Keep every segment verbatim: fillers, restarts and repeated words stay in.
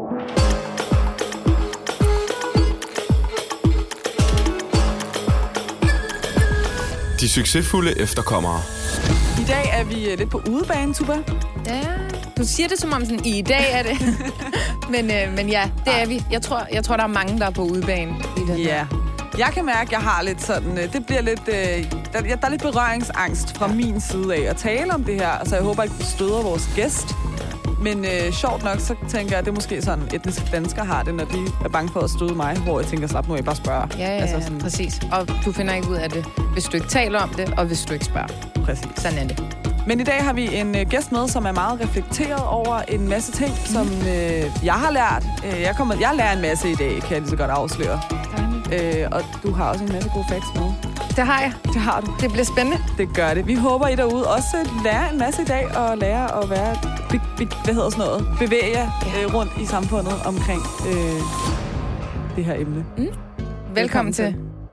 De succesfulde efterkommere. I dag er vi lidt på udebane, Tuba. Ja, du siger det som om sådan, i dag er det. men, øh, men ja, det er vi. Jeg tror, jeg tror, der er mange, der er på udebane i den. Ja. Jeg kan mærke, at jeg har lidt sådan... Det bliver lidt... Øh, der, der er lidt berøringsangst fra min side af at tale om det her. Altså, jeg håber ikke, det støder vores gæst. Men øh, sjovt nok, så tænker jeg, at det er måske sådan, etniske danskere har det, når de er bange for at støde mig, hvor jeg tænker, slap nu, jeg bare spørger. Ja, ja, altså sådan... præcis. Og du finder ikke ud af det, hvis du ikke taler om det, og hvis du ikke spørger. Præcis. Sådan er det. Men i dag har vi en øh, gæst med, som er meget reflekteret over en masse ting, mm. som øh, jeg har lært. Øh, jeg, kommer, jeg lærer en masse i dag, kan jeg lige så godt afsløre. Øh, og du har også en masse gode facts med. Det har jeg. Det har du. Det bliver spændende. Det gør det. Vi håber, I derude også lærer en masse i dag, og lærer at være, be, be, hvad hedder sådan noget, bevæge jer ja. øh, rundt i samfundet omkring øh, det her emne. Mm. Velkommen, Velkommen til. til.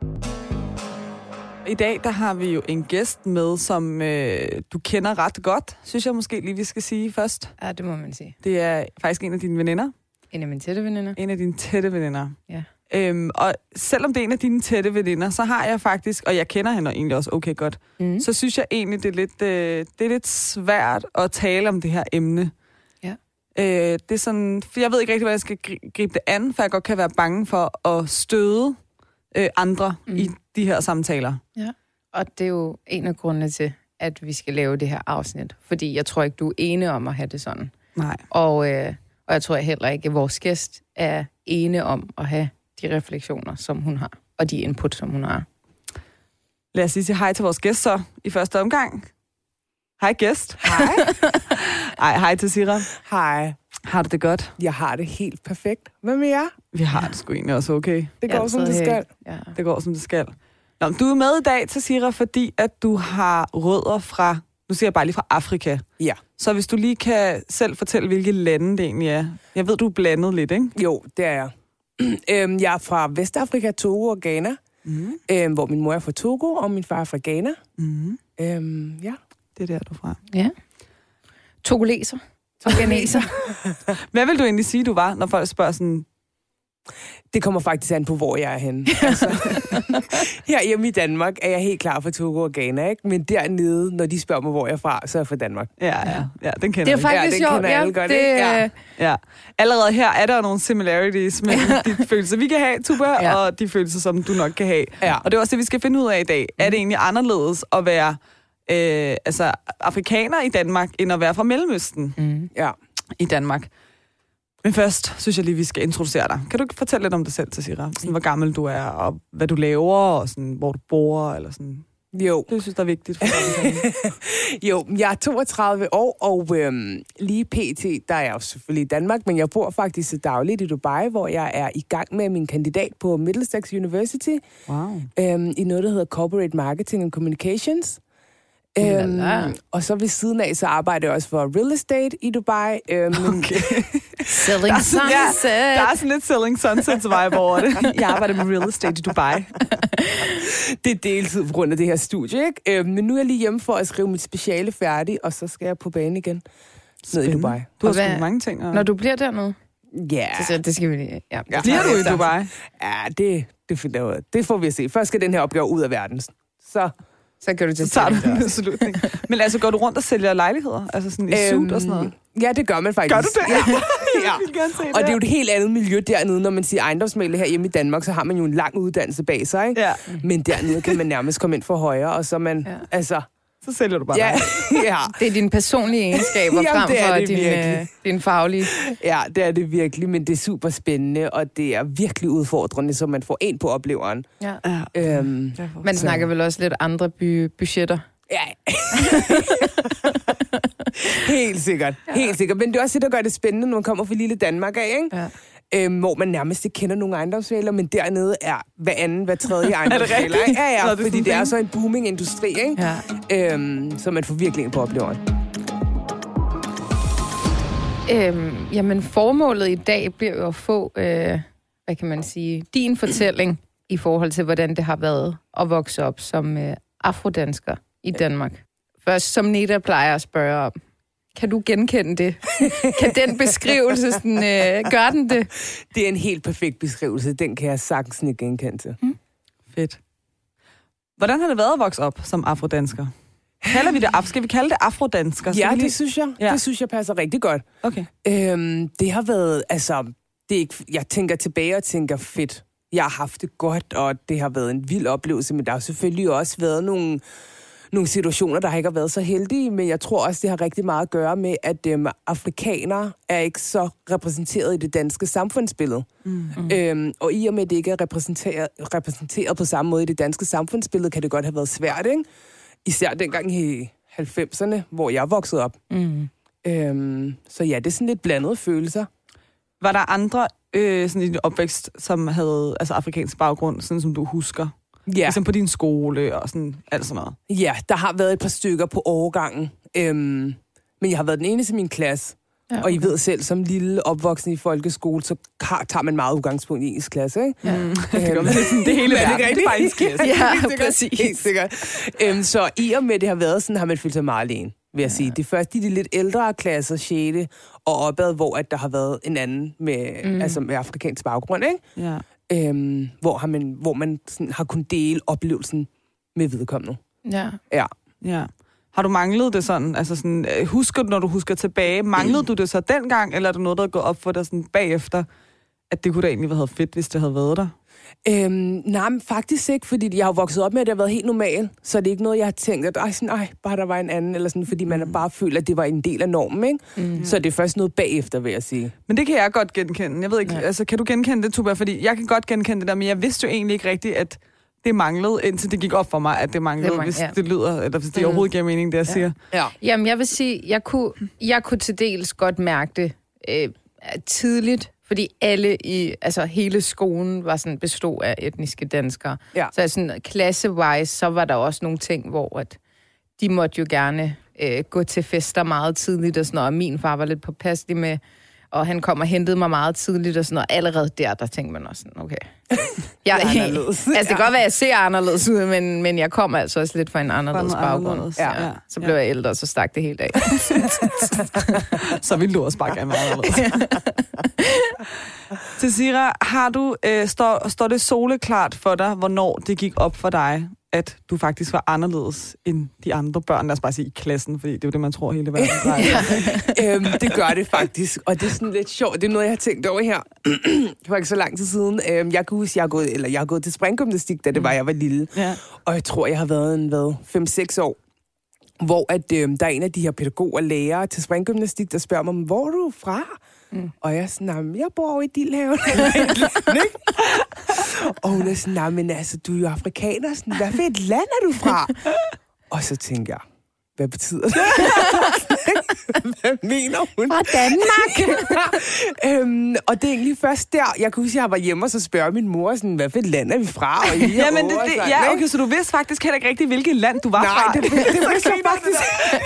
I dag, der har vi jo en gæst med, som øh, du kender ret godt, synes jeg måske lige, vi skal sige først. Ja, det må man sige. Det er faktisk en af dine veninder. En af mine tætte veninder. En af dine tætte veninder. Ja. Øhm, og selvom det er en af dine tætte veninder, så har jeg faktisk, og jeg kender hende egentlig også okay godt, mm. så synes jeg egentlig, det er, lidt, øh, det er lidt svært at tale om det her emne. Ja. Øh, det er sådan, for jeg ved ikke rigtig, hvordan jeg skal gri- gribe det an, for jeg godt kan være bange for at støde øh, andre mm. i de her samtaler. Ja. Og det er jo en af grundene til, at vi skal lave det her afsnit. Fordi jeg tror ikke, du er ene om at have det sådan. Nej. Og, øh, og jeg tror heller ikke, at vores gæst er ene om at have de refleksioner, som hun har, og de input, som hun har. Lad os lige sige hej til vores gæst så, i første omgang. Hej gæst. Hej. Ej, hej til Sira. Hej. Har du det godt? Jeg har det helt perfekt. Hvad med jer? Vi har det sgu egentlig også okay. Det går, som det skal. Ja. Det går, som det skal. Nå, du er med i dag til Sira, fordi at du har rødder fra, nu siger jeg bare lige fra Afrika. Ja. Så hvis du lige kan selv fortælle, hvilke lande det egentlig er. Jeg ved, du er blandet lidt, ikke? Jo, det er jeg. øhm, jeg er fra Vestafrika, Togo og Ghana, mm. øhm, hvor min mor er fra Togo, og min far er fra Ghana. Mm. Øhm, ja. Det er der, du er fra. Ja. Togoleser. Toganeser. Hvad vil du egentlig sige, du var, når folk spørger sådan... Det kommer faktisk an på, hvor jeg er henne. Altså, herhjemme i Danmark er jeg helt klar for Togo og Ghana, ikke? Men dernede, når de spørger mig, hvor jeg er fra, så er jeg fra Danmark. Ja, ja, ja, den kender det er faktisk ja, sjovt, ja. Godt, det, ja. ja. Allerede her er der nogle similarities mellem de følelser, vi kan have, Tuba, ja. og de følelser, som du nok kan have. Ja. Og det er også det, vi skal finde ud af i dag. Er det egentlig anderledes at være øh, altså, afrikaner i Danmark, end at være fra Mellemøsten mm. ja. i Danmark? Men først synes jeg lige, vi skal introducere dig. Kan du ikke fortælle lidt om dig selv, Sira? Sådan, hvor gammel du er, og hvad du laver, og sådan, hvor du bor, eller sådan... Jo. Det synes jeg er vigtigt for dig. Jo, jeg er toogtredive år, og øhm, lige pt, der er jeg jo selvfølgelig i Danmark, men jeg bor faktisk dagligt i Dubai, hvor jeg er i gang med min kandidat på Middlesex University. Wow. Øhm, I noget, der hedder Corporate Marketing and Communications. Øhm, og så ved siden af, så arbejder jeg også for real estate i Dubai. Øhm, okay. Selling der sunset. Ja, der er sådan lidt selling sunsets vibe over det. Jeg arbejder med real estate i Dubai. Det er deltid på grund af det her studie, ikke? Øhm, men nu er jeg lige hjemme for at skrive mit speciale færdigt, og så skal jeg på banen igen. Ned i Dubai. Du har sgu mange ting. Og... Når du bliver dernede? Ja. Yeah. Så det skal vi lige... Ja. Ja. Bliver du i Dubai? Ja, det, det finder jeg ud af. Det får vi at se. Først skal den her opgave ud af verden. Så... Så kan du til så tager du en beslutning. Men altså, går du rundt og sælger lejligheder? Altså sådan i øhm, suit og sådan noget? Ja, det gør man faktisk. Gør du det? Ja. ja. Jeg vil gerne se det. Og det er jo et helt andet miljø dernede. Når man siger ejendomsmægler her hjemme i Danmark, så har man jo en lang uddannelse bag sig, ikke? Ja. Men dernede kan man nærmest komme ind for højre, og så man... Ja. Altså... Så sælger du bare ja. ja. Det er dine personlige egenskaber frem for din, øh, din faglige. Ja, det er det virkelig, men det er super spændende, og det er virkelig udfordrende, så man får en på opleveren. Ja. Øhm, man snakker vel også lidt andre by- budgetter. Ja. Helt sikkert. Ja. Helt sikkert. Men det er også det, der gør det spændende, når man kommer fra lille Danmark af, ikke? Ja. Øhm, hvor man nærmest ikke kender nogen ejendomsmægler, men dernede er hver anden, hver tredje ejendomsmægler. Ja, ja, Nå, det fordi det er så en booming industri, ikke? Ja. Øhm, så man får virkelig en på opleveren. Øhm, jamen, formålet i dag bliver jo at få, øh, hvad kan man sige, din fortælling i forhold til, hvordan det har været at vokse op som øh, afrodansker i Danmark. Først, som Neda plejer at spørge om, Kan du genkende det? Kan den beskrivelse, sådan, øh, gør den det? Det er en helt perfekt beskrivelse. Den kan jeg sagtens ikke genkende til. Mm. Fedt. Hvordan har det været at vokse op som afrodansker? Kalder vi det af? Skal vi kalde det afrodansker? Ja, det lige... synes jeg. Ja. Det synes jeg passer rigtig godt. Okay. Øhm, det har været, altså, det er ikke, jeg tænker tilbage og tænker fedt. Jeg har haft det godt, og det har været en vild oplevelse, men der har selvfølgelig også været nogle, nogle situationer, der ikke har været så heldige, men jeg tror også, det har rigtig meget at gøre med, at øhm, afrikanere er ikke så repræsenteret i det danske samfundsbillede. Mm. Øhm, og i og med, at det ikke er repræsenteret, repræsenteret på samme måde i det danske samfundsbillede, kan det godt have været svært, ikke? Især dengang i halvfemserne, hvor jeg voksede op. Mm. Øhm, så ja, det er sådan lidt blandede følelser. Var der andre øh, sådan i din opvækst, som havde altså afrikansk baggrund, sådan som du husker? Ja. Ligesom på din skole og sådan alt sådan noget? Ja, der har været et par stykker på årgangen. Øhm, men jeg har været den eneste i min klasse. Ja, okay. Og I ved selv, som lille opvoksen i folkeskole, så tager man meget udgangspunkt i ens klasse, ikke? Ja. Øhm, det gør man sådan, det hele verden. Det er ikke faktisk klasse. Ja, præcis. Helt sikkert. Øhm, så i og med det har været sådan, har man følt sig meget alene, vil jeg ja. sige. Det er først i de lidt ældre klasser, sjette og opad, hvor at der har været en anden med, mm. altså med afrikansk baggrund, ikke? Ja. Øhm, hvor, har man, hvor man sådan, har kunnet dele oplevelsen med vedkommende. Ja. Ja. Ja. Har du manglet det sådan? Altså sådan, husker du, når du husker tilbage, manglede mm. du det så dengang, eller er det noget, der er gået op for dig sådan bagefter, at det kunne da egentlig have været fedt, hvis det havde været der? Øhm, nej, men faktisk ikke, fordi jeg har vokset op med, at det har været helt normalt, så det er ikke noget, jeg har tænkt, at ej, sådan, ej, bare der var en anden, eller sådan, fordi man bare føler, at det var en del af normen, ikke? Mm. Så det er først noget bagefter, vil jeg sige. Men det kan jeg godt genkende. Jeg ved ikke, ja. altså, kan du genkende det, Tuba? Fordi jeg kan godt genkende det der, men jeg vidste jo egentlig ikke rigtigt, at det manglede, indtil det gik op for mig, at det manglede, det hvis ja. det lyder, eller hvis det mm. overhovedet giver mening, det jeg ja. siger. Ja. Jamen, jeg vil sige, jeg kunne, jeg kunne til dels godt mærke det øh, tidligt, fordi alle i, altså hele skolen var sådan bestod af etniske danskere. Ja. Så sådan klasse-wise, så var der også nogle ting, hvor at de måtte jo gerne øh, gå til fester meget tidligt og sådan noget, og min far var lidt påpasselig med, og han kom og hentede mig meget tidligt og sådan noget. Allerede der, der tænkte man også sådan, okay. Jeg, er altså, det kan godt være, at jeg ser anderledes ud, men, men jeg kom altså også lidt fra en anderledes baggrund. Ja. Ja. Så blev ja. jeg ældre, og så stak det helt af. Så ville du også bare gerne være anderledes. Tessira, har du, øh, står, står det soleklart for dig, hvornår det gik op for dig, at du faktisk var anderledes end de andre børn, lad os bare sige i klassen, fordi det er jo det, man tror hele verden ja. øhm, det gør det faktisk, og det er sådan lidt sjovt. Det er noget, jeg har tænkt over her. Det var ikke så lang tid siden. Øhm, jeg kan huske, jeg har gået, eller jeg har gået til springgymnastik, da det var, jeg var lille. Ja. Og jeg tror, jeg har været en, hvad, fem seks år, hvor at, øhm, der er en af de her pædagoger og lærere til springgymnastik, der spørger mig, hvor er du fra? Mm. Og jeg er sådan, jeg bor over i Dilhaven. Og hun er sådan, men altså, du er jo afrikaner. Sådan, hvad for et land er du fra? Og så tænker jeg, hvad betyder det? Hvad mener hun? Fra Danmark. øhm, og det er egentlig først der, jeg kunne huske, jeg var hjemme, og så spørger min mor, sådan, hvad for et land er vi fra? Og ja, men det, det, sådan, ja, okay, så du vidste faktisk heller ikke rigtigt, hvilket land du var Nej, fra. Nej, det, det, det, det vidste jeg faktisk.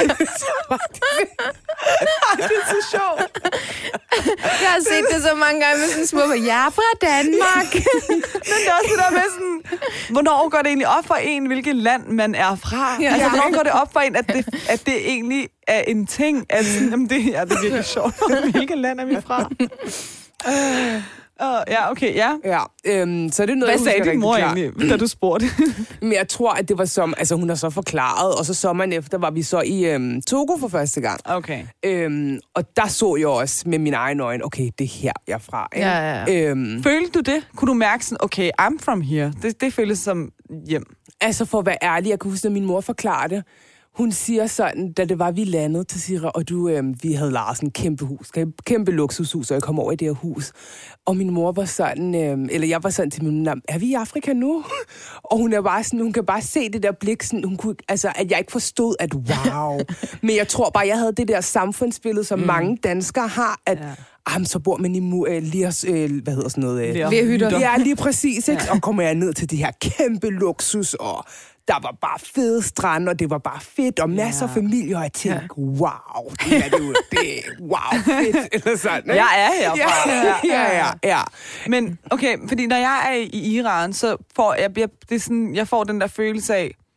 Det er så sjovt. Jeg har set det så mange gange med sådan små, jeg er fra Danmark. Men det er også det der med sådan, hvornår går det egentlig op for en, hvilket land man er fra? Ja, altså, hvornår går det op for en, at det, at det egentlig er en ting, at sådan, jamen, det, ja, det er virkelig sjovt. Hvilket land er vi fra? Uh, uh, ja, okay, ja. ja øhm, så er det noget, Hvad sagde din mor egentlig, da du spurgte? Men jeg tror, at det var som, altså hun har så forklaret, og så sommeren efter var vi så i øhm, Togo for første gang. Okay. Øhm, og der så jeg også med mine egne øjne, okay, det er her, jeg er fra. Ikke? Ja, ja, ja. Øhm, Følte du det? Kunne du mærke sådan, okay, I'm from here? Det, det føles som hjem. Altså for at være ærlig, jeg kan huske, at min mor forklarede det. Hun siger sådan, da det var, vi landede til Sira, og du, øh, vi havde lejet sådan en kæmpe hus, kæmpe luksushus, og jeg kom over i det her hus. Og min mor var sådan, øh, eller jeg var sådan til min mor, er vi i Afrika nu? Og hun er bare sådan, hun kan bare se det der blik, sådan, hun kunne, altså, at jeg ikke forstod, at wow. Men jeg tror bare, jeg havde det der samfundsbillede, som mm. mange danskere har, at ja. Jamen, så bor man i mu- øh, Liers, øh, hvad hedder sådan noget? Øh, Lerhytter. Ja, lige præcis, ikke? Ja. Og kommer jeg ned til det her kæmpe luksus, og der var bare fede strand, og det var bare fedt, og masser af ja. familie, og jeg tænkte, ja. wow, det er det jo, det wow, fedt, eller sådan, ikke? Jeg er herfra. Ja, ja, ja, ja. Men, okay, fordi når jeg er i Iran, så får jeg, det er sådan, jeg får den der følelse af,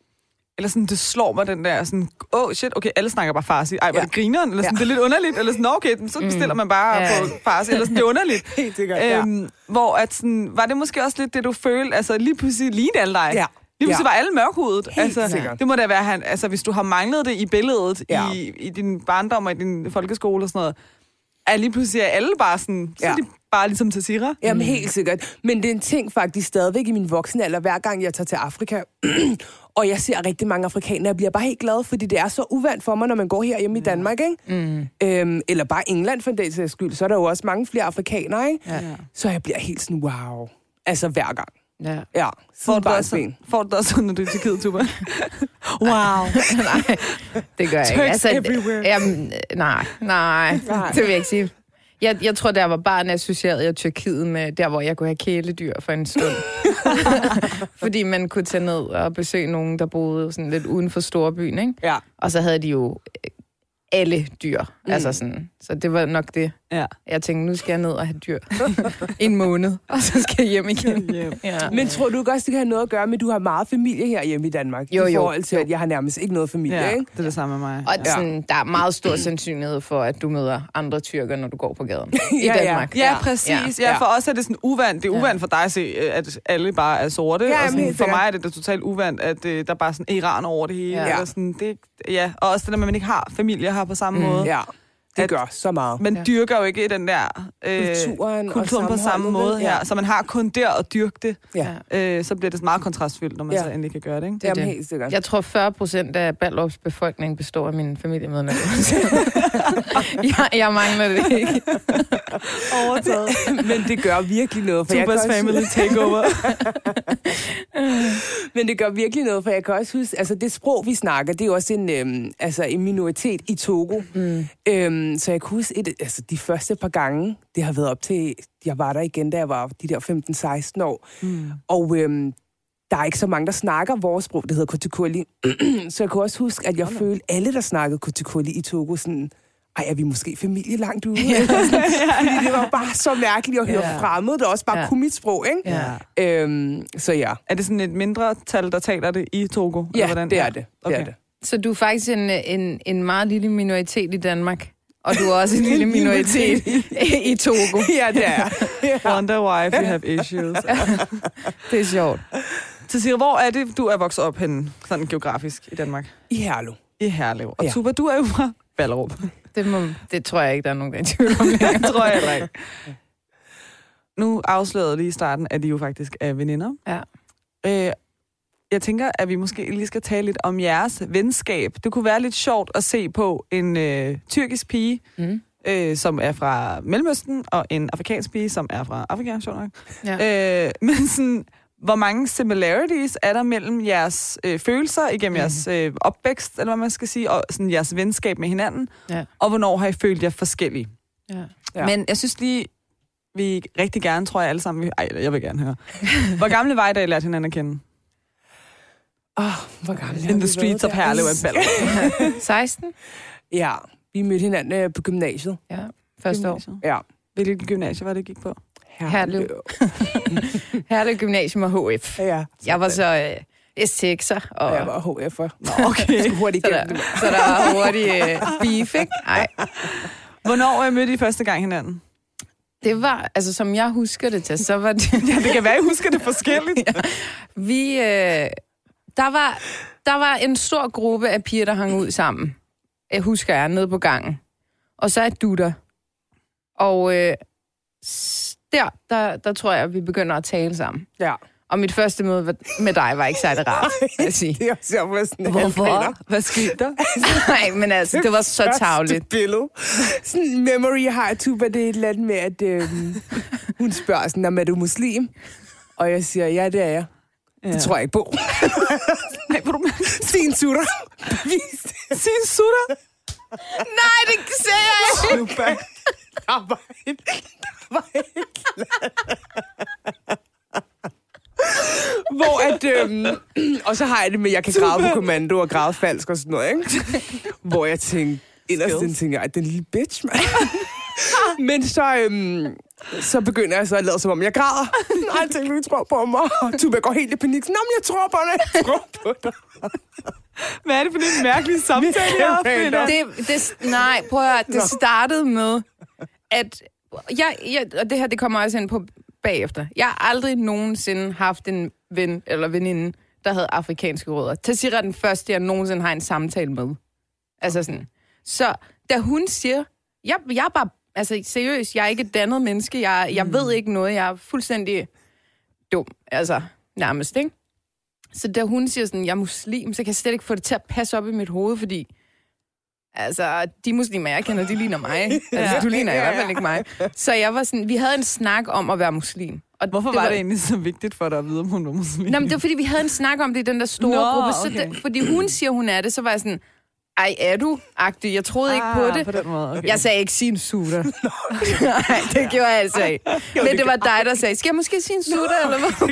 eller sådan, det slår mig den der, sådan, åh oh, shit, okay, alle snakker bare farsi. Ej, var ja. det grineren? Eller sådan, ja. det er lidt underligt. Eller sådan, okay, så bestiller man bare mm. på farsi. Eller sådan, det er underligt. Helt sikkert, ja. Øhm, hvor at sådan, var det måske også lidt det, du følte, altså lige pludselig lignede alle dig? Ja. Lige pludselig ja. var alle mørkhudet. Helt altså, sikkert. Det må da være, han, altså hvis du har manglet det i billedet, ja. i, i din barndom og i din folkeskole og sådan noget, er lige pludselig alle bare sådan, så ja. er de bare ligesom Tazira. Jamen helt sikkert. Men det er en ting faktisk stadigvæk i min voksne alder, hver gang jeg tager til Afrika, og jeg ser rigtig mange afrikanere, jeg bliver bare helt glad, fordi det er så uvandt for mig, når man går her hjemme ja. i Danmark, ikke? Mm. Øhm, eller bare England for en dag til skyld, så er der jo også mange flere afrikanere, ikke? Ja. Så jeg bliver helt sådan, wow. Altså hver gang. Ja. ja. Får du, også, får du også, når du er til Tyrkiet, Tuba? Wow. Nej, det gør jeg ikke. Altså, jamen, nej, nej, nej, det vil jeg ikke sige. Jeg, jeg tror, der var barn associeret jeg Tyrkiet med der, hvor jeg kunne have kæledyr for en stund. Fordi man kunne tage ned og besøge nogen, der boede sådan lidt uden for storbyen, ikke? Ja. Og så havde de jo alle dyr. Mm. Altså sådan. Så det var nok det. Ja. Jeg tænkte, nu skal jeg ned og have dyr en måned, og så skal jeg hjem igen. Hjem. Ja. Men tror du ikke også, det kan have noget at gøre med, at du har meget familie her hjemme i Danmark? Jo, jo. I forhold til, at jeg har nærmest ikke noget familie, ja, ikke? Det er det samme med mig. Og ja. sådan, der er meget stor sandsynlighed for, at du møder andre tyrker, når du går på gaden i ja, Danmark. Ja, ja præcis. Ja. Ja, for os er det sådan uvandt. Det er uvandt for dig at se, at alle bare er sorte. Ja, og sådan, for mig er det, det totalt uvandt, at uh, der er bare sådan Iran over det hele. Ja. Eller sådan, det, ja. Og også det, at man ikke har familie her på samme mm. måde. Ja. Det gør så meget. Man ja. dyrker jo ikke den der øh, kulturen, kulturen på samme måde her. Ja. Så man har kun der at dyrke det. Ja. Øh, så bliver det meget kontrastfyldt, når man ja. så endelig kan gøre det. Ikke? Det er det. Helt sikkert. Jeg tror, fyrre procent af Ballerups befolkning består af mine familiemedlemmer. jeg, jeg mangler det ikke. Overtaget. Men det gør virkelig noget. For Tubas family takeover. Men det gør virkelig noget, for jeg kan også huske, altså det sprog, vi snakker, det er jo også en, øhm, altså en minoritet i Togo. Mm. Øhm, Så jeg kunne huske, et, altså de første par gange, det har været op til, jeg var der igen, da jeg var de der femten seksten år. Mm. Og øhm, der er ikke så mange, der snakker vores sprog, det hedder Kotikoli. Så jeg kunne også huske, at jeg oh, følte, alle, der snakkede Kotikoli i Togo, sådan, ej, er vi måske familie langt ude? Ja. Fordi det var bare så mærkeligt at høre ja. fremmed, det også bare ja. kunne mit sprog, ikke? Ja. Øhm, så ja. Er det sådan et mindre tal, der taler det i Togo? Ja, eller det er det. Okay. det, er det. Så du er faktisk en, en, en meget lille minoritet i Danmark? Og du er også en lille minoritet i Togo. Ja, det er. Yeah. Wonder why if you have issues. Det er sjovt. Tazira, hvor er det, du er vokset op henne, sådan geografisk i Danmark? I Herlev. I Herlev. Og ja. Tuba, du er jo fra Ballerup. Det, må, det tror jeg ikke, der er nogen, der er i tvivl om. Det tror jeg heller ikke. Nu afslørede lige i starten, at de jo faktisk er veninder. Ja. Øh, Jeg tænker, at vi måske lige skal tale lidt om jeres venskab. Det kunne være lidt sjovt at se på en øh, tyrkisk pige, mm. øh, som er fra Mellemøsten, og en afrikansk pige, som er fra Afrika, sjovt nok. Ja. Øh, men sådan, hvor mange similarities er der mellem jeres øh, følelser igennem mm. jeres øh, opvækst, eller hvad man skal sige, og sådan jeres venskab med hinanden, ja. og hvornår har I følt jer forskellige? Ja. Ja. Men jeg synes lige, vi rigtig gerne, tror jeg alle sammen, vi... Ej, jeg vil gerne høre. Hvor gamle var I, da I lærte hinanden at kende? Åh, oh, hvor gammel In the streets of Herlev and Ballerup. seksten? Ja, vi mødte hinanden på gymnasiet. Ja, første år. Ja. Hvilket gymnasie var det, gik på? Herlev. Herlev Gymnasium og H F. Ja. Jeg var så øh, S T X'er. Og... Jeg var H F'er. Nå, okay. Så hurtigt igennem det. Så der var hurtigt øh, beef, ikke? Nej. Hvornår mødte I første gang hinanden? Det var, altså som jeg husker det til, så var det... Ja, det kan være, jeg husker det forskelligt. Ja. Vi... Øh... Der var, der var en stor gruppe af piger, der hang ud sammen. Jeg husker jeg, nede på gangen. Og så et du der. Og øh, der, der, der tror jeg, at vi begynder at tale sammen. Ja. Og mit første møde med dig var ikke særlig rart, vil jeg sige. Det er også jeg sådan Hvorfor? Hvad skete der? Nej, men altså, det var så tarveligt. Billede. Sådan en memory har jeg, Tuba, det er et eller andet med, at øh, hun spørger sådan, er du muslim? Og jeg siger, ja, det er jeg. Ja. Det tror jeg ikke på. Nej, hvor du med? Sin sutter. Sin sutter? Nej, det ser jeg ikke. Der var et... Der var et... Hvor at... Øhm, og så har jeg det med, at jeg kan grave på kommando og grave falsk og sådan noget, ikke? Hvor jeg tænkte... Inderst den tænker jeg, den lille bitch, man. Men så... Øhm, så begynder jeg så at lade som om, jeg græder. Nej, tænk, du tror på mig. Og Tuba går helt i panik. Nå, men jeg tror på dig. Jeg tror på dig. Hvad er det for en mærkelig samtale, jeg har det, det, Nej, prøv at høre. Det startede med, at... Jeg, jeg, og det her, det kommer også ind på bagefter. Jeg har aldrig nogensinde haft en ven eller veninde, der havde afrikanske rødder. Tassira er den første, jeg nogensinde har en samtale med. Altså sådan. Så da hun siger, jeg, jeg er bare, altså seriøst, jeg er ikke et dannet menneske, jeg, jeg mm. ved ikke noget, jeg er fuldstændig dum, altså nærmest, ikke? Så da hun siger sådan, jeg er muslim, så kan jeg slet ikke få det til at passe op i mit hoved, fordi altså, de muslimer, jeg kender, de ligner mig. Altså, du ligner i hvert fald ikke mig. Så jeg var sådan, vi havde en snak om at være muslim. Og Hvorfor det var, var det egentlig så vigtigt for dig at vide, om hun var muslim? Nå, men det var, fordi vi havde en snak om det i den der store Nå, gruppe. Så okay. det, fordi hun siger, hun er det, så var jeg sådan, ej, er du? Agtig. Jeg troede ah, ikke på det. På den måde, okay. Jeg sagde ikke sin sutter. Nej, det gjorde jeg altså ikke. Men det var dig, der sagde, skal jeg måske sin sutter, eller hvad?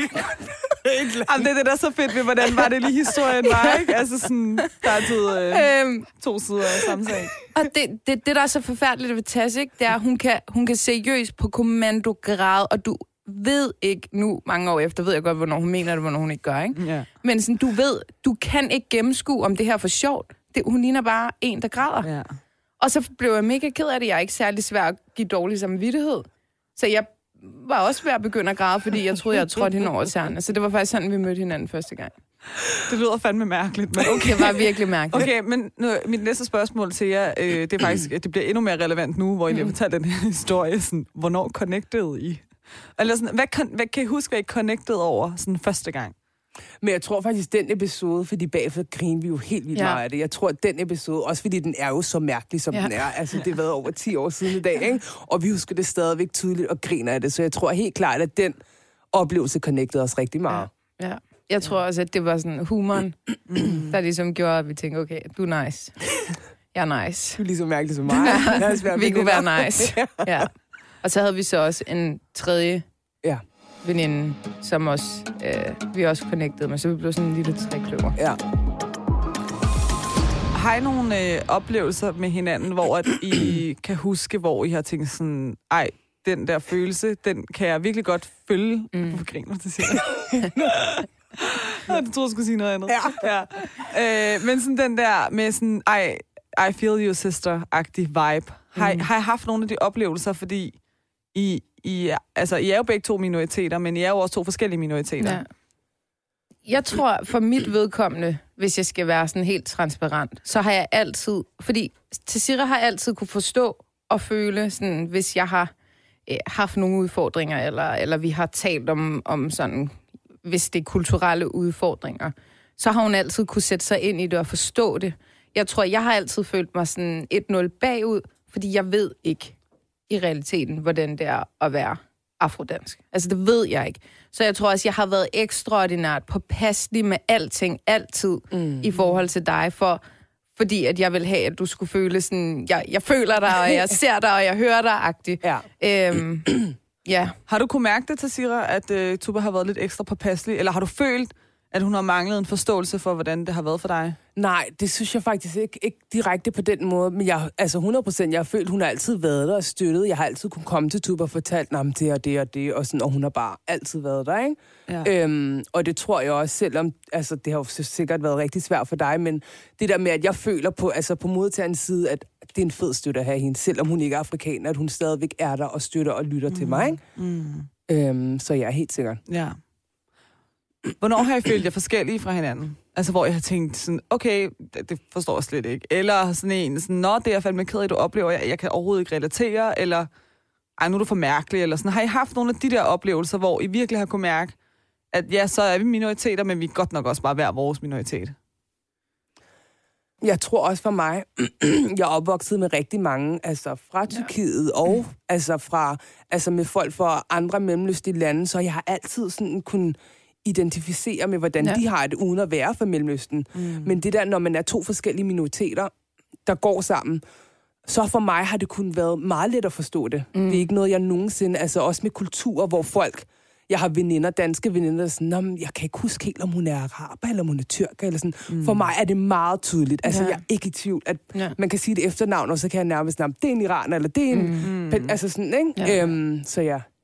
Jamen, det er det, der er så fedt ved, hvordan var det lige historien var, ikke? Altså sådan, der er altid øh, øhm, to sider af samme sag. Og det, det, det, der er så forfærdeligt ved Tass, ikke? Det er, at hun kan, hun kan seriøst på kommandograd, og du ved ikke nu, mange år efter, ved jeg godt, hvornår hun mener det, hvornår hun ikke gør, ikke? Ja. Men sådan, du ved, du kan ikke gennemskue, om det her er for sjovt. Det, hun ligner bare en, der græder. Ja. Og så blev jeg mega ked af det. Jeg er ikke særlig svær at give dårlig samvittighed. Så jeg var også ved at begynde at græde, fordi jeg troede, jeg trådte hende over tæerne. Så det var faktisk sådan, vi mødte hinanden første gang. Det lyder fandme mærkeligt. Men okay. Det var virkelig mærkeligt. Okay, men nu, mit næste spørgsmål til jer, øh, det er faktisk, det bliver endnu mere relevant nu, hvor I lige har fortalt den her historie. Sådan, hvornår connectede I? Eller sådan, hvad, hvad kan I huske, hvad I connectede over sådan første gang? Men jeg tror faktisk, den episode, fordi bagefter griner vi jo helt vildt ja. meget af det. Jeg tror, at den episode, også fordi den er jo så mærkelig, som ja. den er. Altså, det har været over ti år siden i dag, ikke? Og vi husker det stadigvæk tydeligt og griner af det. Så jeg tror helt klart, at den oplevelse connectede os rigtig meget. Ja. ja. Jeg tror også, at det var sådan humoren, der ligesom gjorde, at vi tænkte, okay, du er nice. Jeg er nice. Du er lige så mærkelig som mig. Vi kunne være nice. Ja. Og så havde vi så også en tredje ja. veninde, som også, øh, vi også connectede med, så vi blev sådan en lille trækløver. Ja. Har I nogle øh, oplevelser med hinanden, hvor at I kan huske, hvor I har tænkt sådan, ej, den der følelse, den kan jeg virkelig godt følge. Mm. Hvorfor griner du til jeg troede, jeg skulle sige noget andet. Ja. ja. Øh, men sådan den der med sådan, ej, I feel you sister-agtig vibe. Har, mm. har I haft nogle af de oplevelser, fordi I, I, altså, I er jo begge to minoriteter, men I er jo også to forskellige minoriteter. Ja. Jeg tror, for mit vedkommende, hvis jeg skal være sådan helt transparent, så har jeg altid, fordi Tassira har altid kunne forstå og føle, sådan, hvis jeg har øh, haft nogle udfordringer, eller, eller vi har talt om, om sådan, hvis det er kulturelle udfordringer, så har hun altid kunne sætte sig ind i det og forstå det. Jeg tror, jeg har altid følt mig sådan et nul bagud, fordi jeg ved ikke i realiteten, hvordan det er at være afrodansk. Altså, det ved jeg ikke. Så jeg tror også, jeg har været ekstraordinært påpasselig med alting, altid, mm. i forhold til dig, for, fordi at jeg vil have, at du skulle føle sådan, jeg, jeg føler dig, og jeg ser dig, og jeg hører dig-agtigt. Ja. Øhm, ja. Har du kunne mærke det, Tassira, at uh, Tuba har været lidt ekstra påpasselig, eller har du følt, at hun har manglet en forståelse for, hvordan det har været for dig? Nej, det synes jeg faktisk ikke, ikke direkte på den måde. Men jeg, altså hundrede procent, jeg har følt, hun har altid været der og støttet. Jeg har altid kunne komme til Tuba og fortalt om det og det og det, og, sådan, og hun har bare altid været der, ikke? Ja. Øhm, og det tror jeg også, selvom altså, det har jo sikkert været rigtig svært for dig, men det der med, at jeg føler på, altså, på modtagerens side, at det er en fed støtte at have hende, selvom hun ikke er afrikaner, at hun stadigvæk er der og støtter og lytter mm. til mig, ikke? Mm. Øhm, så jeg er helt sikker. Ja. Hvornår har I følt jer forskellige fra hinanden? Altså, hvor jeg har tænkt sådan, okay, det, det forstår jeg slet ikke. Eller sådan en, sådan, nå, det er jeg fandme ked af, du oplever, jeg, jeg kan overhovedet ikke relatere, eller, ej, nu er du for mærkelig, eller sådan. Har I haft nogle af de der oplevelser, hvor I virkelig har kunne mærke, at ja, så er vi minoriteter, men vi er godt nok også bare hver vores minoritet? Jeg tror også for mig, jeg er opvokset med rigtig mange, altså fra Tyrkiet ja. og altså fra, altså med folk fra andre mellemøstlige lande, så jeg har altid sådan kunnet identificere med, hvordan ja. de har det, uden at være fra Mellemøsten. Mm. Men det der, når man er to forskellige minoriteter, der går sammen, så for mig har det kun været meget let at forstå det. Mm. Det er ikke noget, jeg nogensinde, altså også med kulturer, hvor folk, jeg har veninder, danske veninder, der sådan, jeg kan ikke huske helt, om hun er araber, eller om hun er tyrker, eller sådan. Mm. For mig er det meget tydeligt. Altså, ja. jeg er ikke i tvivl, at ja. man kan sige det efternavn, og så kan jeg nærmest navn, det er en iraner, eller det er en, mm. altså sådan, ikke? Ja. Øhm, så ja,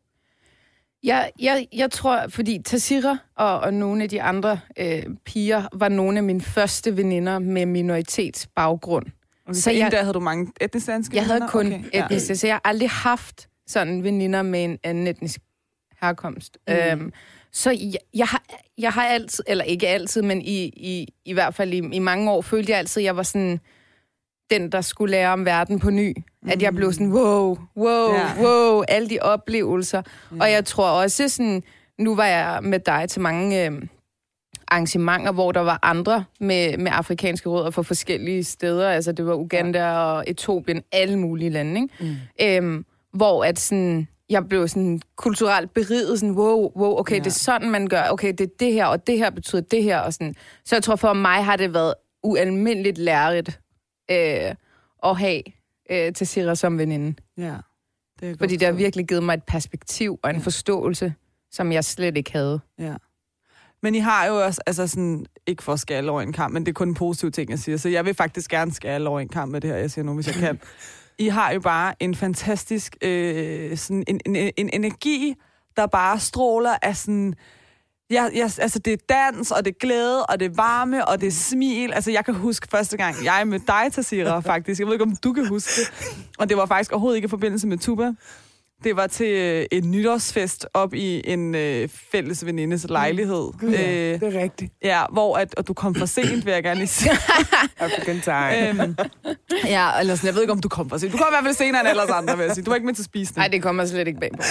Jeg, jeg, jeg tror, fordi Tassira og, og nogle af de andre øh, piger var nogle af mine første veninder med minoritetsbaggrund. Okay, så jeg, der havde du mange etnisk danske Jeg veninder? havde kun okay. etniske, ja. Så jeg har aldrig haft sådan veninder med en anden etnisk herkomst. Mm. Øhm, så jeg, jeg, har, jeg har altid, eller ikke altid, men i, i, i hvert fald i, i mange år, følte jeg altid, at jeg var sådan den, der skulle lære om verden på ny. Mm. At jeg blev sådan, wow, wow, yeah. wow, alle de oplevelser. Mm. Og jeg tror også sådan, nu var jeg med dig til mange øh, arrangementer, hvor der var andre med, med afrikanske rødder fra forskellige steder. Altså det var Uganda ja. og Etiopien, alle mulige lande, ikke? Mm. Øhm, hvor at sådan, jeg blev sådan kulturelt beriget, sådan, wow, wow, okay, ja. det er sådan, man gør, okay, det er det her, og det her betyder det her, og sådan. Så jeg tror, for mig har det været ualmindeligt lærerigt øh, at have øh, Tassira som veninde. Ja. Det er Fordi det har virkelig givet mig et perspektiv og en ja. forståelse, som jeg slet ikke havde. Ja. Men I har jo også, altså sådan, ikke for at skære alle over en kamp, men det er kun en positiv ting, jeg siger. Så jeg vil faktisk gerne skære alle over en kamp med det her, jeg siger nu, hvis jeg kan. I har jo bare en fantastisk, øh, sådan en, en, en energi, der bare stråler af sådan... Ja, ja, altså det er dans, og det er glæde, og det er varme, og det er smil. Altså jeg kan huske første gang, jeg med dig, Tassira, faktisk. Jeg ved ikke, om du kan huske det. Og det var faktisk overhovedet ikke i forbindelse med tuba. Det var til øh, en nytårsfest op i en øh, fælles venindes lejlighed. Mm. Ja, øh, det er rigtigt. Ja, hvor at, og du kom for sent, vil jeg gerne lige sige. African time. øhm, ja, eller sådan, jeg ved ikke, om du kom for sent. Du kom i hvert fald senere end ellers andre, vil jeg sige. Du var ikke med til spisning. Nej, det kommer slet ikke bag på.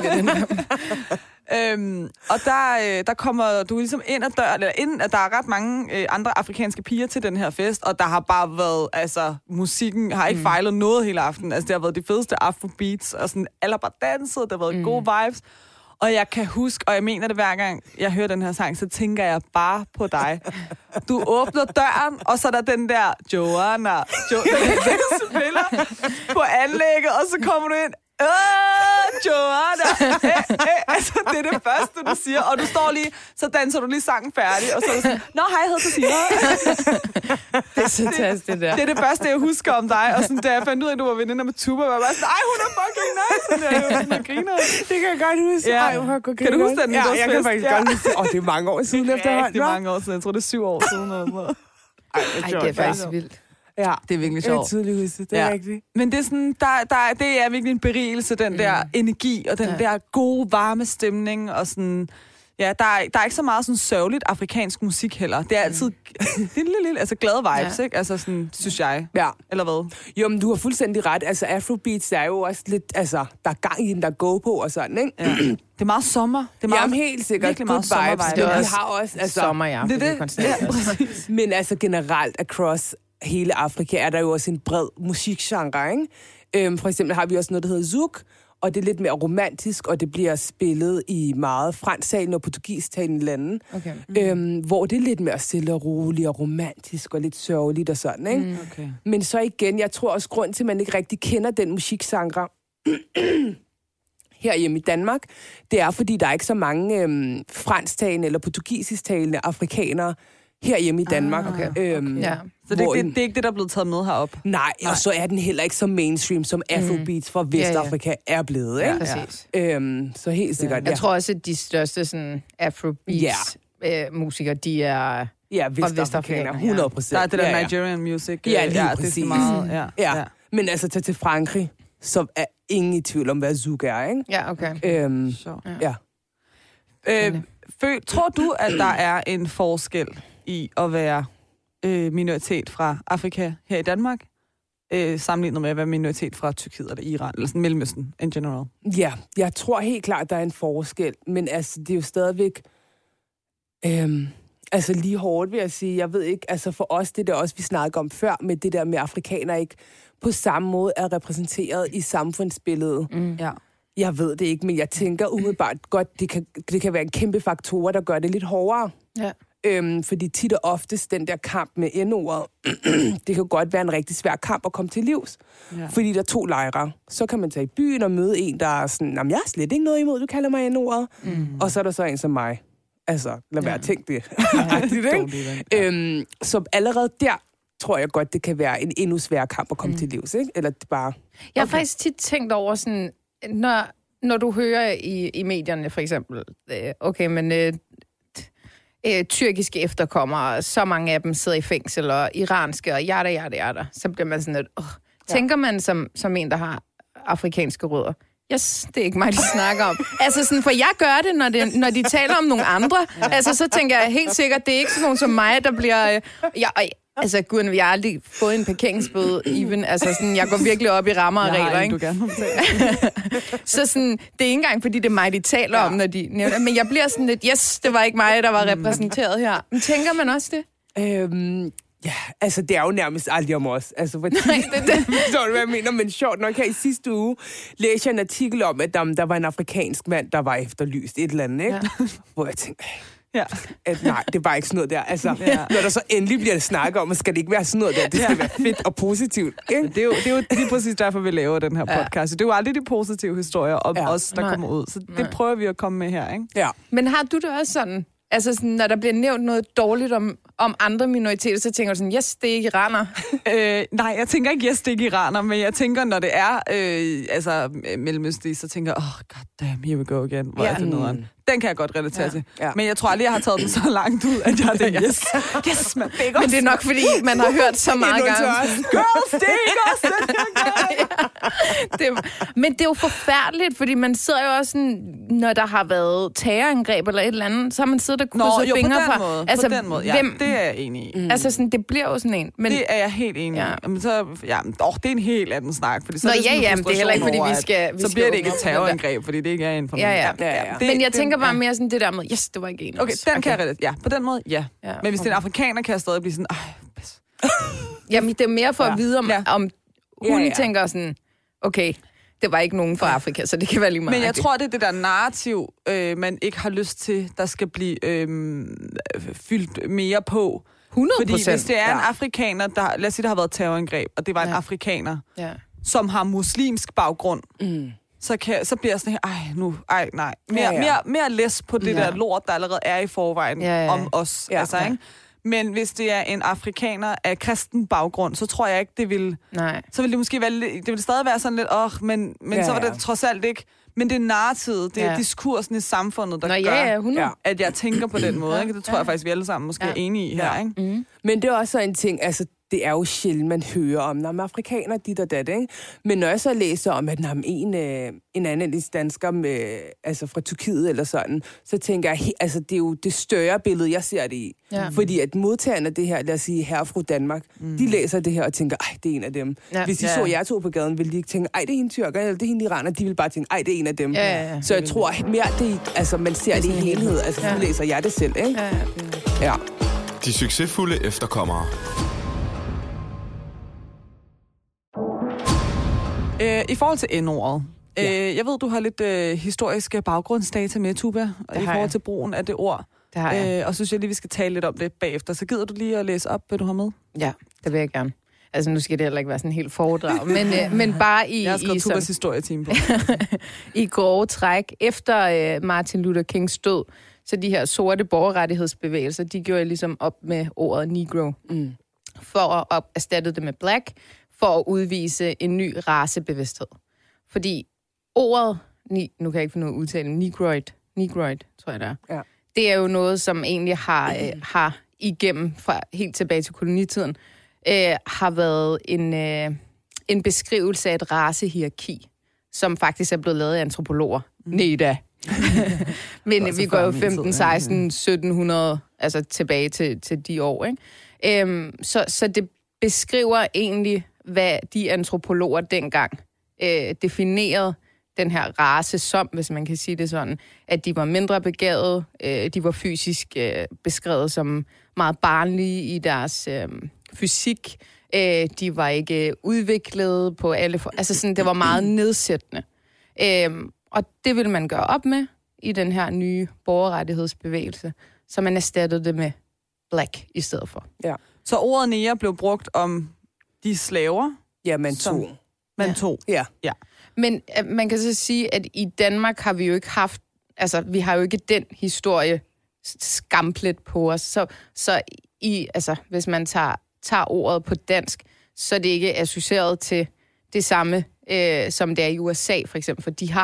øhm, og der, øh, der kommer du ligesom ind ad døren, eller ind, at der er ret mange øh, andre afrikanske piger til den her fest, og der har bare været, altså, musikken har ikke mm. fejlet noget hele aften. Altså, det har været de fedeste afrobeats, og sådan, alle har bare danset, der har været mm. gode vibes. Og jeg kan huske, og jeg mener det hver gang, jeg hører den her sang, så tænker jeg bare på dig. Du åbner døren, og så er der den der Joanna, jo, den spiller på anlægget, og så kommer du ind, Åh, Joanna! Æ, æ, altså, det er det første, du siger. Og du står lige, så danser du lige sangen færdig, og så er du sådan, nå, hej, jeg hedder Tassira. Det er så tæst, det der. Det er det første, jeg husker om dig. Og sådan, da jeg fandt ud af, at du var veninder med tuba, var jeg bare sådan, ej, hun er fucking nice. Sådan, jeg er sådan, griner. Det kan jeg godt huske. Ja. Ej, hvor kan, kan du huske den? Ja, jeg kan faktisk ja. godt huske. Åh, det er mange år siden efterhånden. Det er mange år siden. Jeg tror, det er syv år siden. Eller ej, Ej, det er faktisk vildt. Ja, det er virkelig sjovt. Det er tydeligt huske, det er ja. rigtigt. Men det er sådan, der, der, det er virkelig en berigelse, den mm. der energi, og den ja. der gode, varme stemning, og sådan, ja, der er, der er ikke så meget sådan sørgeligt afrikansk musik heller. Det er altid mm. lille, lille, altså glade vibes, ja. ikke? Altså sådan, synes jeg. Ja. Eller hvad? Jo, men du har fuldstændig ret. Altså, afrobeats er jo også lidt, altså, der er gang i den, der går på og sådan, ikke? Ja. Det er meget sommer. Det er meget, Jamen, helt sikkert. Virkelig meget vibes. Det er også, vi har også, altså, sommer, ja. Det er det. Ja, men altså generelt, across hele Afrika, er der jo også en bred musikgenre, ikke? Øhm, for eksempel har vi også noget, der hedder zouk, og det er lidt mere romantisk, og det bliver spillet i meget fransktalende og portugistalende lande, okay. mm. øhm, hvor det er lidt mere stille og roligt og romantisk og lidt sørgeligt og sådan, ikke? Mm, okay. Men så igen, jeg tror også, grund til, at man ikke rigtig kender den musikgenre herhjemme i Danmark, det er, fordi der er ikke så mange øhm, fransktalende eller portugisisktalende afrikanere herhjemme i Danmark. Ah, okay. Øhm, ja. Så det, det, det er ikke det, der er blevet taget med herop? Nej, Nej, og så er den heller ikke så mainstream, som afrobeats fra Vestafrika ja, ja. er blevet. Ikke? Ja, præcis. Øhm, så helt sikkert, ja. Jeg tror også, at de største sådan, afrobeats-musikere, ja. øh, de er ja, Vestafrikaner, hundrede procent. Der er det der ja, ja. Nigerian music. Ja, lige ja, præcis. Det er meget, ja. Ja. Ja. Men altså, tag til Frankrig, så er ingen i tvivl om, hvad zouk er, ikke? Ja, okay. Øhm, så. Ja. Øh, føl, tror du, at der er en forskel i at være øh, minoritet fra Afrika her i Danmark, øh, sammenlignet med at være minoritet fra Tyrkiet eller Iran, eller sådan Mellemøsten in general? Ja, jeg tror helt klart, der er en forskel, men altså, det er jo stadigvæk øhm, altså lige hårdt, vil jeg sige. Jeg ved ikke, altså for os, det der også, vi snakkede om før, med det der med afrikanere ikke på samme måde er repræsenteret i samfundsbilledet. Mm. Ja. Jeg ved det ikke, men jeg tænker umiddelbart godt, det kan, det kan være en kæmpe faktor, der gør det lidt hårdere. Ja. Øhm, fordi tit og oftest den der kamp med N-ordet, det kan godt være en rigtig svær kamp at komme til livs. Ja. Fordi der er to lejre. Så kan man tage i byen og møde en, der er sådan, jamen jeg har slet ikke noget imod, du kalder mig N-ordet. Mm. Og så er der så en som mig. Altså, lad være ja. tænke det. Ja, det ja. øhm, så allerede der tror jeg godt, det kan være en endnu sværere kamp at komme mm. til livs, ikke? Eller det bare... Jeg har okay. faktisk tit tænkt over sådan, når, når du hører i, i medierne for eksempel, øh, okay, men øh, øh, tyrkiske efterkommere, så mange af dem sidder i fængsel, og iranske, og jada, jada, jada, så bliver man sådan lidt, øh. Tænker man som, som en, der har afrikanske rødder, yes, det er ikke mig, de snakker om. Altså sådan, for jeg gør det, når, det, når de taler om nogle andre. Altså, så tænker jeg helt sikkert, det er ikke sådan nogen som mig, der bliver... Øh, jeg, øh, altså, gud, jeg har aldrig fået en parkeringsbøde, even. Altså, sådan, jeg går virkelig op i rammer og regler, ikke? Du gerne så sådan, det er ikke engang, fordi det er mig, de taler ja. om, når de nævner. Men jeg bliver sådan lidt, yes, det var ikke mig, der var repræsenteret her. Men tænker man også det? Øhm... Ja, altså det er jo nærmest aldrig om os. Altså, fordi, nej, det, det. Forstår du, hvad jeg mener? Men sjovt nok, her i sidste uge læste jeg en artikel om, at der, der var en afrikansk mand, der var efterlyst et eller andet, ikke? Ja. Hvor jeg tænkte, ja. at nej, det var ikke sådan noget der. Altså, ja. Når der så endelig bliver det snakket om, at skal det ikke være sådan noget der, det skal ja. være fedt og positivt. Ikke? Det, er jo, det er jo lige præcis derfor, vi laver den her podcast. Ja. Det er jo aldrig de positive historier om ja. os, der nej. kommer ud. Så det nej. prøver vi at komme med her, ikke? Ja. Men har du det også sådan? Altså, sådan, når der bliver nævnt noget dårligt om, om andre minoriteter, så tænker du sådan, yes, det er ikke iraner. øh, nej, jeg tænker ikke, yes, det er ikke iraner, men jeg tænker, når det er øh, altså, mellemøstlige, så tænker jeg, oh, god damn, here we go again. Hvor ja. er det nederen? Den kan jeg godt relatere ja. til. Ja. Men jeg tror aldrig, jeg har taget den så langt ud, at jeg er yes, yes, man big Men det er nok, fordi man har hørt så meget gange. Girls, det er ikke os, det Men det er jo forfærdeligt, fordi man sidder jo også sådan, når der har været terrorangreb eller et eller andet, så har man siddet og krydset fingre fra. Måde, altså, på den måde, ja, hvem, det er jeg enig i. Mm. Altså sådan, det bliver jo sådan en. Men, det er jeg helt enig ja. i. Men så, ja, åh, det er en helt anden snak. Fordi så Nå, er det ja, ja, det er heller ikke, fordi vi skal... Vi så bliver det ikke et terrorangreb, fordi det ikke er en for mig. Ja, ja. ja, ja. Men jeg tænker bare mere sådan det der med, yes, det var ikke en. Okay, den okay. kan jeg relatere. Ja, på den måde, ja. ja Men hvis okay. det er en afrikaner, kan jeg stadig blive sådan, ej, pis. Jamen, det er mere for ja. at vide, om, ja. om hun ja, ja. tænker sådan, okay, det var ikke nogen fra Afrika, så det kan være lige meget. Men jeg tror, det er det der narrativ, øh, man ikke har lyst til, der skal blive øh, fyldt mere på. hundrede procent. Fordi hvis det er en ja. afrikaner, der, lad os sige, der har været terrorangreb, og det var en ja. afrikaner, ja. som har muslimsk baggrund, mm. så, kan, så bliver jeg sådan her, ej, nu, ej, nej. Mere, ja, ja. mere, mere læs på det ja. der lort, der allerede er i forvejen ja, ja. om os. Ja, altså, ja. ikke? Men hvis det er en afrikaner af kristen baggrund, så tror jeg ikke, det vil... Nej. Så vil det måske være... Det vil stadig være sådan lidt, åh, oh, men, men ja, så var det ja. trods alt ikke... Men det er narrativet, det er ja. diskursen i samfundet, der Nå, gør, ja, ja, at jeg tænker på den måde. Ikke? Det tror ja. jeg faktisk, vi alle sammen måske ja. er enige i her. Ja. Ikke? Mm. Men det er også en ting, altså det er jo sjældent, man hører om, når man er afrikaner, dit og dat, ikke? Men når jeg så læser om, at når en, øh, en anden dansker med, altså fra Tyrkiet eller sådan, så tænker jeg, altså det er jo det større billede, jeg ser det i. Ja. Fordi at modtagerne af det her, lad os sige, herre fra Danmark, mm. de læser det her og tænker, ej, det er en af dem. Ja. Hvis de ja. så jer to på gaden, ville de ikke tænke, ej, det er en tyrker, eller det er en iraner, de vil bare tænke, ej, det er en af dem. Ja, ja, ja. Så jeg tror mere, det, altså man ser det, det i helhed, altså ja. så læser jeg det selv, ikke? Ja, ja. ja. De succesfulde efterkommere. Øh, I forhold til N-ordet. Ja. Øh, jeg ved, du har lidt øh, historiske baggrundsdata med, Tuba, i forhold jeg. til brugen af det ord. Det har jeg. Øh, og så synes jeg lige, vi skal tale lidt om det bagefter. Så gider du lige at læse op, hvad du har med? Ja, det vil jeg gerne. Altså, nu skal det heller ikke være sådan helt foredrag, men, øh, men bare i... Jeg har skrevet Tubas historietime på. I grove træk. Efter øh, Martin Luther Kings død, så de her sorte borgerrettighedsbevægelser, de gjorde ligesom op med ordet negro, mm. for at erstatte det med black, for at udvise en ny racebevidsthed. Fordi ordet, nu kan jeg ikke finde noget at udtale, negroid, negroid, tror jeg det er, ja. det er jo noget, som egentlig har, øh, har igennem, fra helt tilbage til kolonitiden, øh, har været en, øh, en beskrivelse af et racehierarki, som faktisk er blevet lavet af antropologer. Mm. Neda. Men vi går jo femten, seksten, sytten hundrede, altså tilbage til, til de år, ikke? Øhm, så, så det beskriver egentlig, hvad de antropologer dengang øh, definerede den her race som, hvis man kan sige det sådan, at de var mindre begavede, øh, de var fysisk øh, beskrevet som meget barnlige i deres øh, fysik, øh, de var ikke udviklet på alle... For, altså sådan, det var meget nedsættende. Øh, og det vil man gøre op med i den her nye borgerrettighedsbevægelse, så man erstattede det med black i stedet for. Ja. Så ordet nære blev brugt om de slaver? Ja, man tog. Man tog. Ja. ja. Men uh, man kan så sige, at i Danmark har vi jo ikke haft, altså vi har jo ikke den historie skamplet på os. Så, så i, altså, hvis man tager, tager ordet på dansk, så er det ikke associeret til det samme, øh, som det er i U S A for eksempel, for de har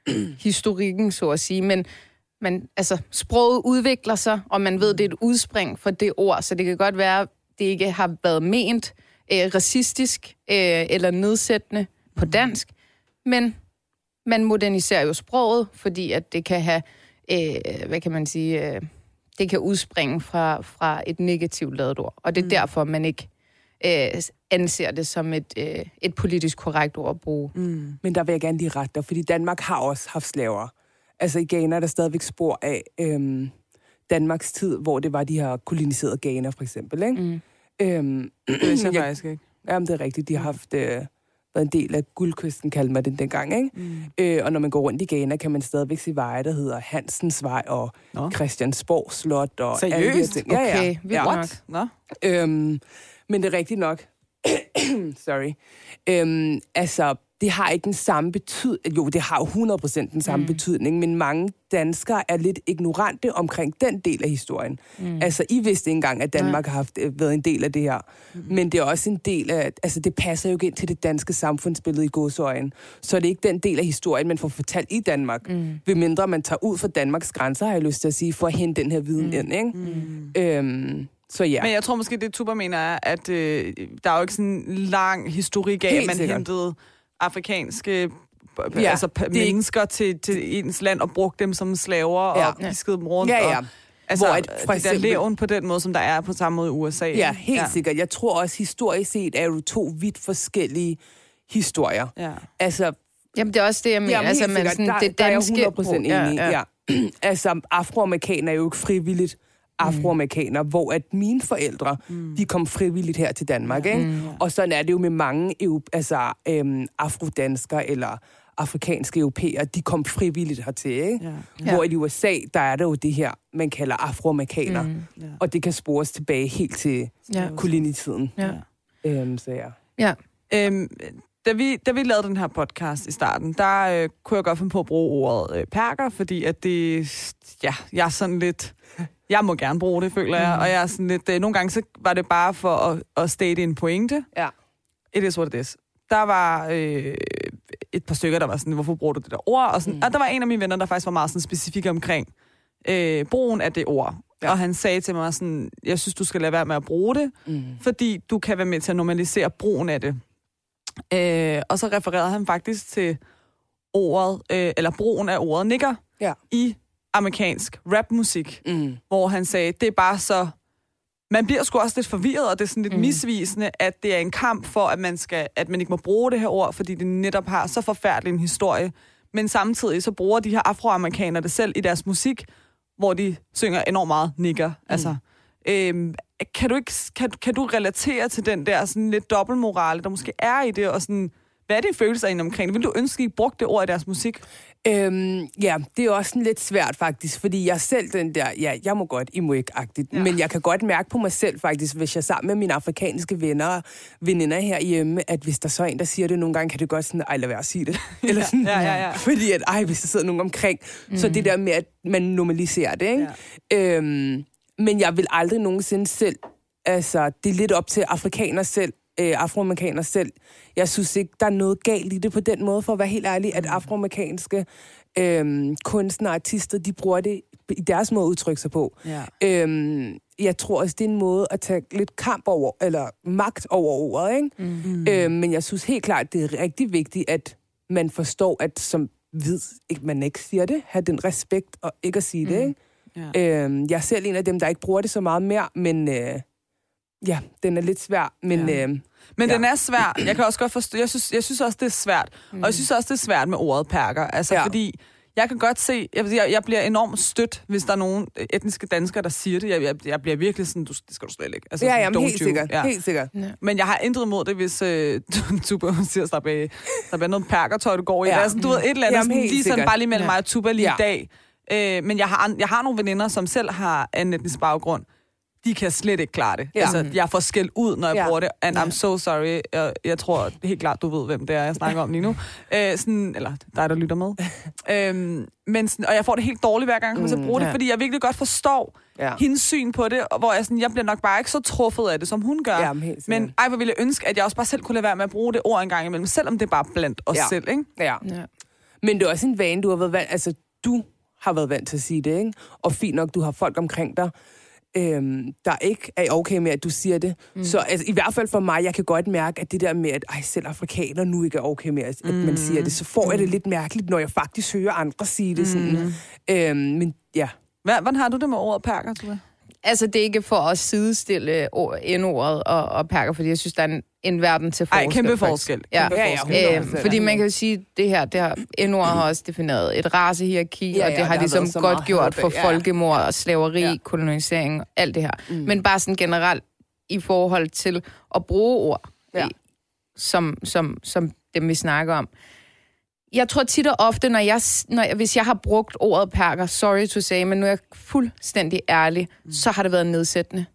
historikken, så at sige. Men man, altså, sproget udvikler sig, og man ved, det er et udspring for det ord, så det kan godt være, at det ikke har været ment øh, racistisk øh, eller nedsættende på dansk, men man moderniserer jo sproget, fordi at det kan have, øh, hvad kan man sige, øh, det kan udspringe fra, fra et negativt ladet ord, og det er mm. derfor, man ikke øh, anser det som et, øh, et politisk korrekt ord at bruge. Mm. Men der vil jeg gerne lige rette dig, fordi Danmark har også haft slaver. Altså i Ghana er der stadigvæk spor af øhm, Danmarks tid, hvor det var de her koloniserede Ghana, for eksempel, ikke? Mm. Øhm, det er jeg faktisk ikke. Jamen, det er rigtigt. De har haft... Øh, været en del af guldkysten, kaldte man den dengang, ikke? Mm. Øh, og når man går rundt i Ghana, kan man stadigvæk se veje, der hedder Hansens Vej og Nå. Christiansborg Slot og seriøst? alle de her ting. Okay, ja, ja. ja. What? Nå. Øhm, men det er rigtigt nok. Sorry. Øhm, altså, det har ikke den samme betydning. Jo, det har jo hundrede procent den samme mm. betydning, men mange danskere er lidt ignorante omkring den del af historien. Mm. Altså, I vidste ikke engang, at Danmark ja. har haft, været en del af det her. Mm. Men det er også en del af... Altså, det passer jo ikke ind til det danske samfundsbillede i gåseøjne. Så det er ikke den del af historien, man får fortalt i Danmark. Mm. Ved mindre man tager ud fra Danmarks grænser, har jeg lyst til at sige, for at hente den her viden mm. ind, ikke? Mm. Øhm, Så ja. Men jeg tror måske, det Tuba mener er, at øh, der er jo ikke sådan en lang historik af, at man sikkert. hentede afrikanske ja, altså, mennesker ikke... til, til ens land og brugte dem som slaver ja. og piskede dem rundt. Ja, ja. Og, altså, Hvor et, for eksempel, det der leven på den måde, som der er på samme måde i U S A. Ja, helt ja. sikkert. Jeg tror også, historisk set er jo to vidt forskellige historier. Ja. Altså, jamen, det er også det, jeg mener. Jamen, altså, man, sådan, der, det der danske... er jeg hundrede procent enig. Ja, ja. Ja. Altså, afroamerikanere er jo ikke frivilligt afroamerikanere, mm. hvor at mine forældre, mm. de kom frivilligt her til Danmark, ikke? Mm. Og sådan er det jo med mange altså, øhm, afrodanskere eller afrikanske europæere, de kom frivilligt hertil, ikke? Ja. Hvor i U S A, der er der jo det her, man kalder afroamerikanere, mm. ja. og det kan spores tilbage helt til ja. kolonitiden. Ja. Øhm, så ja. ja. Øhm, da, vi, da vi lavede den her podcast i starten, der øh, kunne jeg godt finde på at bruge ordet øh, perker, fordi at det, ja, jeg er sådan lidt... Jeg må gerne bruge det, føler jeg. Mm. Og jeg er sådan lidt... Øh, nogle gange så var det bare for at, at state en pointe. Ja. It is what it is. Der var øh, et par stykker, der var sådan, hvorfor bruger du det der ord? Og, sådan, mm. og der var en af mine venner, der faktisk var meget sådan specifik omkring øh, brugen af det ord. Ja. Og han sagde til mig sådan, jeg synes, du skal lade være med at bruge det, mm. fordi du kan være med til at normalisere brugen af det. Øh, og så refererede han faktisk til ordet, øh, eller brugen af ordet nigger ja. i amerikansk rapmusik, mm. hvor han sagde, det er bare så... Man bliver sgu også lidt forvirret, og det er sådan lidt mm. misvisende, at det er en kamp for, at man, skal, at man ikke må bruge det her ord, fordi det netop har så forfærdelig en historie. Men samtidig så bruger de her afroamerikanere det selv i deres musik, hvor de synger enormt meget nigger. Mm. Altså, øhm, kan, du ikke, kan, kan du relatere til den der sådan lidt dobbeltmorale, der måske er i det, og sådan... Hvad er det følelser egentlig omkring det? Vil du ønske, at I brugte det ord i deres musik? Øhm, ja, det er også sådan lidt svært faktisk, fordi jeg selv den der, ja, jeg må godt, I må ikke-agtigt, ja. Men jeg kan godt mærke på mig selv faktisk, hvis jeg er sammen med mine afrikanske venner og veninder herhjemme, at hvis der så er en, der siger det nogle gange, kan det godt sådan, ej, lad være at sige det. Eller sådan, ja, ja, ja. Fordi at, ej, hvis der sidder nogen omkring, mm. så det der med, at man normaliserer det, ikke? Ja. Øhm, men jeg vil aldrig nogensinde selv, altså, det er lidt op til afrikanere selv, Øh, afroamerikanere selv. Jeg synes ikke, der er noget galt i det på den måde, for at være helt ærlig, at afroamerikanske øh, kunstnere og artister, de bruger det i deres måde at udtrykke sig på. Ja. Øh, jeg tror også, det er en måde at tage lidt kamp over, eller magt over ordet, ikke? Mm-hmm. Øh, men jeg synes helt klart, det er rigtig vigtigt, at man forstår, at som hvid, ikke, man ikke siger det, have den respekt og ikke at sige mm. det, ikke? Ja. Øh, jeg er selv en af dem, der ikke bruger det så meget mere, men... Øh, Ja, den er lidt svær, men... Ja. Øh, men ja. den er svær. Jeg kan også godt forstå... Jeg synes, jeg synes også, det er svært. Mm. Og jeg synes også, det er svært med ordet perker. Altså, ja. Fordi jeg kan godt se... Jeg, jeg, jeg bliver enormt stødt, hvis der er nogen etniske danskere, der siger det. Jeg, jeg, jeg bliver virkelig sådan... Du, det skal du slet ikke. Altså, ja, jamen, helt sikkert. Ja. Helt sikkert. Ja. Men jeg har intet imod det, hvis øh, Tuba siger, der bliver, der bliver noget perkertøj, du går i. Ja. Altså, du ved, et eller andet, jamen, sådan, lige sådan bare lige mellem ja. mig og Tuba lige ja. i dag. Øh, men jeg har, jeg har nogle veninder, som selv har en etnisk baggrund. De kan slet ikke klare det. Ja. Altså, jeg får skæld ud, når jeg ja. bruger det. And I'm so sorry. Jeg, jeg tror helt klart, du ved, hvem det er, jeg snakker om lige nu. Øh, sådan, eller dig, der lytter med. øhm, men sådan, og jeg får det helt dårligt, hver gang jeg kommer til at bruge mm, ja. det, fordi jeg virkelig godt forstår ja. hendes syn på det, hvor jeg, sådan, jeg bliver nok bare ikke så truffet af det, som hun gør. Ja, men ej, hvor ville jeg ønske, at jeg også bare selv kunne lade være med at bruge det ord en gang imellem, selvom det er bare blandt os ja. selv, ikke? Ja. ja. Men det er også en vane, du har været vant, altså du har været vant til at sige det, ikke? Og fint nok, du har folk omkring dig, øhm, der ikke er okay med, at du siger det. Mm. Så altså, i hvert fald for mig, jeg kan godt mærke, at det der med, at ej, selv afrikaner nu ikke er okay med, at mm. man siger det, så får jeg det lidt mærkeligt, når jeg faktisk hører andre sige det. Sådan. Mm. Øhm, men ja. Hvordan har du det med ordet perker, tror jeg? Altså, det er ikke for at sidestille N-ordet og, og perker, fordi jeg synes, der er en, en verden til forskel. Ej, kæmpe forskel. Ja, kæmpe ja, forskel. ja, øh, fordi man kan jo sige, det her, det har, N-ordet har også defineret et racehierarki, ja, ja, og det har det ligesom har godt gjort for ja. folkemord og slaveri, ja. kolonisering, alt det her. Mm. Men bare sådan generelt i forhold til at bruge ord, ja. som, som, som dem vi snakker om. Jeg tror tit og ofte, når jeg, når jeg, hvis jeg har brugt ordet perker, sorry to say, men nu er jeg fuldstændig ærlig, mm. så har det været nedsættende.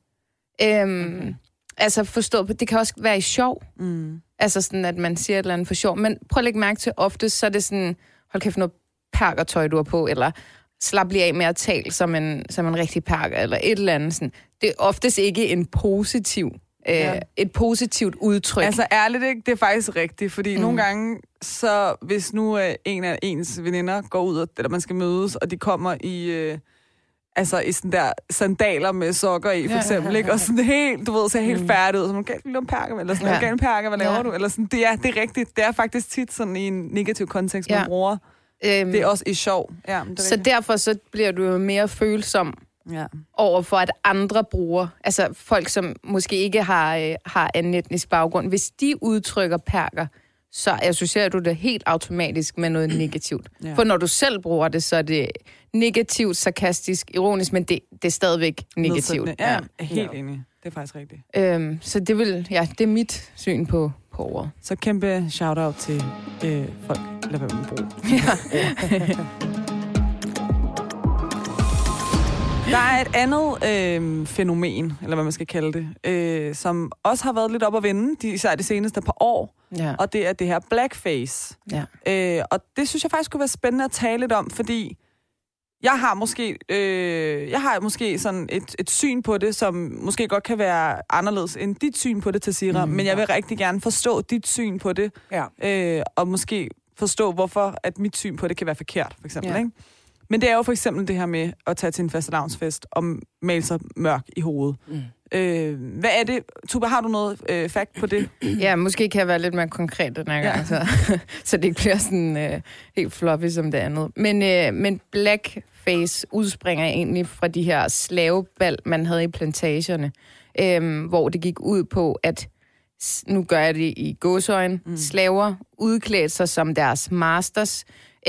Øhm, okay. Altså forstå, det kan også være i sjov. Mm. Altså sådan, at man siger et eller andet for sjov. Men prøv at lægge mærke til, ofte så er det sådan, hold kæft, noget perkertøj, du har på, eller slap lige af med at tale som en, som en rigtig perker, eller et eller andet. Sådan. Det er oftest ikke en positiv Ja. Øh, et positivt udtryk. Altså ærligt, ikke? Det er faktisk rigtigt, fordi mm. nogle gange, så hvis nu øh, en af ens veninder går ud, eller man skal mødes, og de kommer i, øh, altså i sådan der sandaler med sokker i, for ja, eksempel, ikke? Og sådan helt, du ved, ser helt mm. færdig ud, så man kan lide en perker, eller sådan, ja. en perker, hvad laver ja. du? Eller sådan, det er, det er rigtigt. Det er faktisk tit sådan i en negativ kontekst, man ja. bruger. Øhm, det er også i sjov. Ja, det er så derfor så bliver du jo mere følsom Ja. over for, at andre bruger, altså folk, som måske ikke har, øh, har en etnisk baggrund, hvis de udtrykker perker, så associerer du det helt automatisk med noget negativt. Ja. For når du selv bruger det, så er det negativt, sarkastisk, ironisk, men det, det er stadigvæk negativt. Ja, jeg er helt ja. enig. Det er faktisk rigtigt. Øhm, så det, vil, ja, det er mit syn på, på ordet. Så kæmpe shout-out til øh, folk, lad være med at bruge. Ja. Der er et andet øh, fænomen, eller hvad man skal kalde det, øh, som også har været lidt op at vende, de, især de seneste par år, ja. og det er det her blackface. Ja. Øh, og det synes jeg faktisk kunne være spændende at tale lidt om, fordi jeg har måske, øh, jeg har måske sådan et, et syn på det, som måske godt kan være anderledes end dit syn på det, Tassira, mm, men jeg vil ja. rigtig gerne forstå dit syn på det, ja. øh, og måske forstå, hvorfor at mit syn på det kan være forkert, for eksempel, ja. ikke? Men det er jo for eksempel det her med at tage til en fastelavnsfest og male sig mørk i hovedet. Mm. Øh, hvad er det? Tuba, har du noget øh, fact på det? Ja, måske kan jeg være lidt mere konkret den her gang, ja. så, så det ikke bliver sådan øh, helt floppy som det andet. Men, øh, men blackface udspringer egentlig fra de her slavebal, man havde i plantagerne, øh, hvor det gik ud på, at nu gør jeg det i gåseøjne, mm. slaver udklædte sig som deres masters,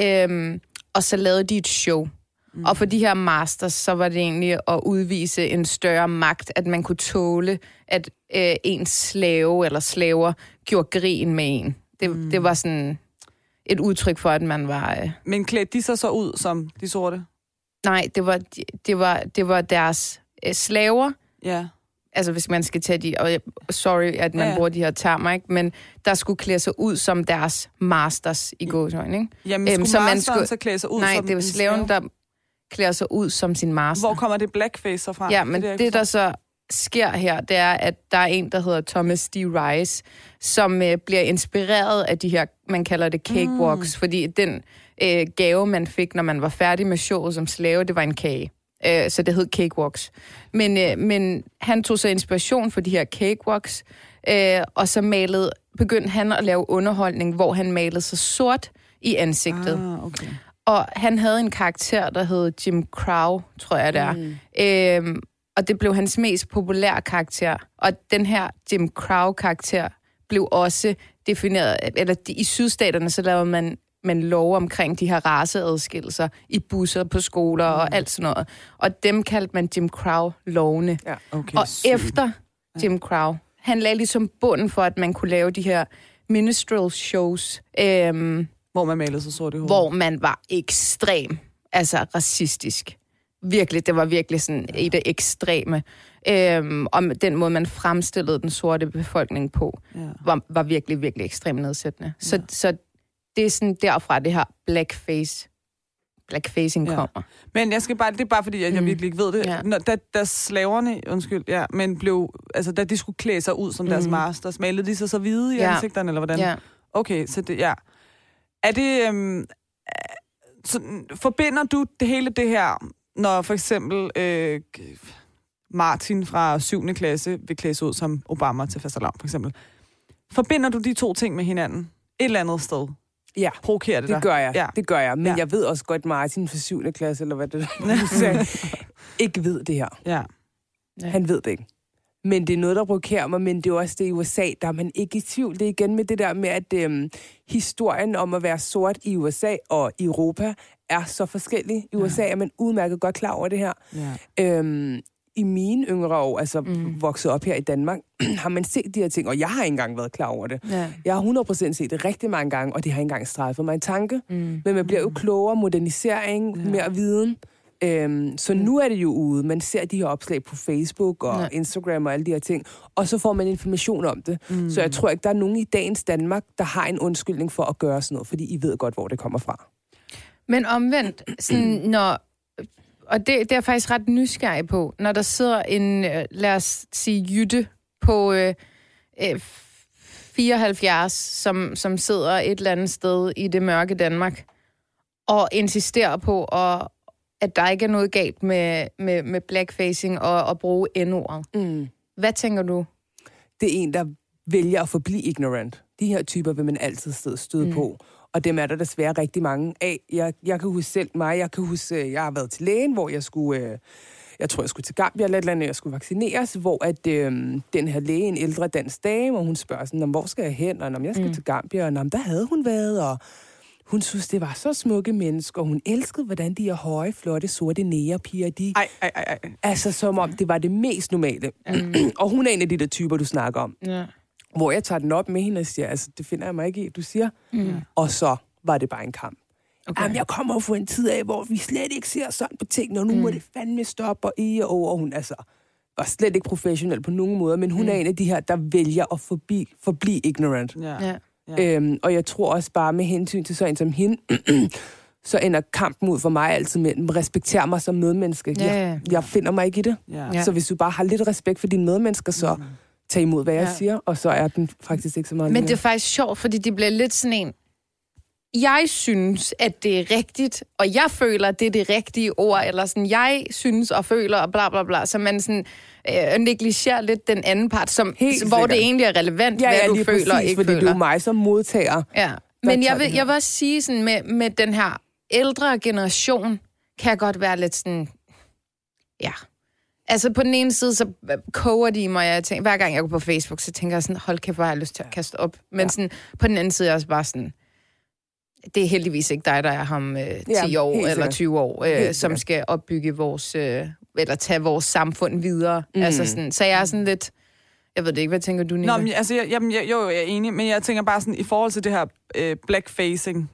øh, og så lavede de et show. Mm. Og for de her masters, så var det egentlig at udvise en større magt, at man kunne tåle, at øh, en slave eller slaver gjorde grin med en. Det, mm. det var sådan et udtryk for, at man var... Øh... Men klædte de så så ud som de sorte? Nej, det var, det var, det var deres øh, slaver. Ja. Yeah. Altså, hvis man skal tage de... Og sorry, at man ja, ja. bruger de her termer, ikke? Men der skulle klæde sig ud som deres masters i gåseøjne, ikke? Jamen, skulle æm, så masteren man skulle... så klæde sig ud Nej, som... Nej, det var slaven, der klæder sig ud som sin master. Hvor kommer det blackface så fra? Ja, men det, det der så sker her, det er, at der er en, der hedder Thomas D. Rice, som øh, bliver inspireret af de her, man kalder det cakewalks, mm. fordi den øh, gave, man fik, når man var færdig med showet som slave, det var en kage. Øh, så det hed cakewalks. Men, øh, men han tog så inspiration for de her cakewalks, øh, og så malede, begyndte han at lave underholdning, hvor han malede sig sort i ansigtet. Ah, okay. Og han havde en karakter, der hed Jim Crow, tror jeg det er. Mm. Øhm, og det blev hans mest populære karakter. Og den her Jim Crow-karakter blev også defineret, eller i sydstaterne, så lavede man, man lov omkring de her raceadskillelser i busser, på skoler mm. og alt sådan noget. Og dem kaldte man Jim Crow-lovene. Ja, okay, og syg. efter Jim Crow, han lagde ligesom bunden for, at man kunne lave de her minstrel shows, øhm, hvor man malede sig sort i hovedet. Hvor man var ekstrem, altså racistisk. Virkelig, det var virkelig sådan ja. et af ekstreme. Øhm, om den måde, man fremstillede den sorte befolkning på, ja. var, var virkelig, virkelig ekstremt nedsættende. Ja. Så, så det er sådan derfra, det her blackface, blackfacing ja. kommer. Men jeg skal bare, det er bare fordi, at jeg mm. virkelig ikke ved det. Ja. Når, da, da slaverne, undskyld, ja, men blev, altså da de skulle klæde sig ud som mm. deres masters, malede de sig så hvide i ja. ansigterne, eller hvordan? Ja. Okay, så det, ja. Er det, øhm, så forbinder du det hele det her, når for eksempel øh, Martin fra syvende klasse vil klæde sig ud som Obama til fastelavn, for eksempel. Forbinder du de to ting med hinanden et eller andet sted? Ja, provokerer det, det dig? gør jeg. Ja. Det gør jeg. Men ja. jeg ved også godt, Martin fra syvende klasse, eller hvad det er, ikke ved det her. Ja. Han ved det ikke. Men det er noget, der provokerer mig, men det er også det i U S A, der er man ikke i tvivl. Det er igen med det der med, at øhm, historien om at være sort i U S A og i Europa er så forskellig. I U S A er man udmærket godt klar over det her. Ja. Øhm, I mine yngre år, altså mm. vokset op her i Danmark, har man set de her ting, og jeg har ikke engang været klar over det. Ja. Jeg har hundrede procent set det rigtig mange gange, og det har ikke engang strejfet mig en tanke. Mm. Men man bliver jo klogere, modernisering, ja. mere viden. Øhm, så mm. nu er det jo ude. Man ser de her opslag på Facebook og ja. Instagram og alle de her ting, og så får man information om det. Mm. Så jeg tror ikke, der er nogen i dagens Danmark, der har en undskyldning for at gøre sådan noget, fordi I ved godt, hvor det kommer fra. Men omvendt, sådan, når, og det, det er jeg faktisk ret nysgerrig på, når der sidder en, lad os sige, jytte på øh, øh, fireoghalvfjerds, som, som sidder et eller andet sted i det mørke Danmark, og insisterer på, at, at der ikke er noget galt med, med, med blackfacing og at bruge N-ordet. Mm. Hvad tænker du? Det er en, der vælger at forblive ignorant. De her typer vil man altid støde mm. på. Og dem er der desværre rigtig mange af. Jeg, jeg kan huske selv mig, jeg kan huske, jeg har været til lægen, hvor jeg skulle, øh, jeg tror, jeg skulle til Gambia eller et eller andet, jeg skulle vaccineres, hvor at, øh, den her læge, en ældre dansk dame, og hun spørger sådan, hvor skal jeg hen, og om jeg skal mm. til Gambia, og der havde hun været, og hun synes, det var så smukke mennesker, og hun elskede, hvordan de her høje, flotte, sorte nærepiger, de... Ej, ej, ej, ej. Altså, som om det var det mest normale. Mm. Og hun er en af de der typer, du snakker om. Ja. Hvor jeg tager den op med hende og siger, altså, det finder jeg mig ikke i, du siger. Mm. Og så var det bare en kamp. Okay. Jamen, jeg kommer jo for en tid af, hvor vi slet ikke ser sådan på tingene, og nu mm. må det fandme stoppe, og i og over. Hun altså, var slet ikke professionel på nogen måde, men hun mm. er en af de her, der vælger at forbi, forblive ignorant. Ja. Ja. Ja. Øhm, og jeg tror også bare med hensyn til sådan en som hende, så ender kampen ud for mig altid med, respekter mig som medmenneske. Ja, ja. Jeg, jeg finder mig ikke i det. Ja. Så hvis du bare har lidt respekt for dine medmennesker, så mm. tag imod, hvad jeg ja. siger, og så er den faktisk ikke så meget. Men det er faktisk sjovt, fordi det bliver lidt sådan en, jeg synes, at det er rigtigt, og jeg føler, at det er det rigtige ord, eller sådan, jeg synes og føler, og bla bla bla, så man sådan øh, negligerer lidt den anden part, som, hvor det egentlig er relevant, ja, ja, hvad du føler præcis, og ikke fordi føler. Fordi du er mig som modtager. Ja, men jeg vil, jeg vil også sige sådan, med, med den her ældre generation, kan jeg godt være lidt sådan, ja... Altså, på den ene side, så koger de mig, jeg tænker, hver gang jeg går på Facebook, så tænker jeg sådan, hold kæft, hvor har jeg lyst til at kaste op. Men ja. sådan, på den anden side er jeg også bare sådan, det er heldigvis ikke dig, der er ham øh, ti ja, år eller tyve år, øh, som skal opbygge vores, øh, eller tage vores samfund videre. Mm. Altså sådan, så jeg er sådan lidt, jeg ved det ikke, hvad tænker du, Nina? Nå, men altså, jeg, jamen, jeg, jo, jeg er enig, men jeg tænker bare sådan, i forhold til det her øh, blackfacing,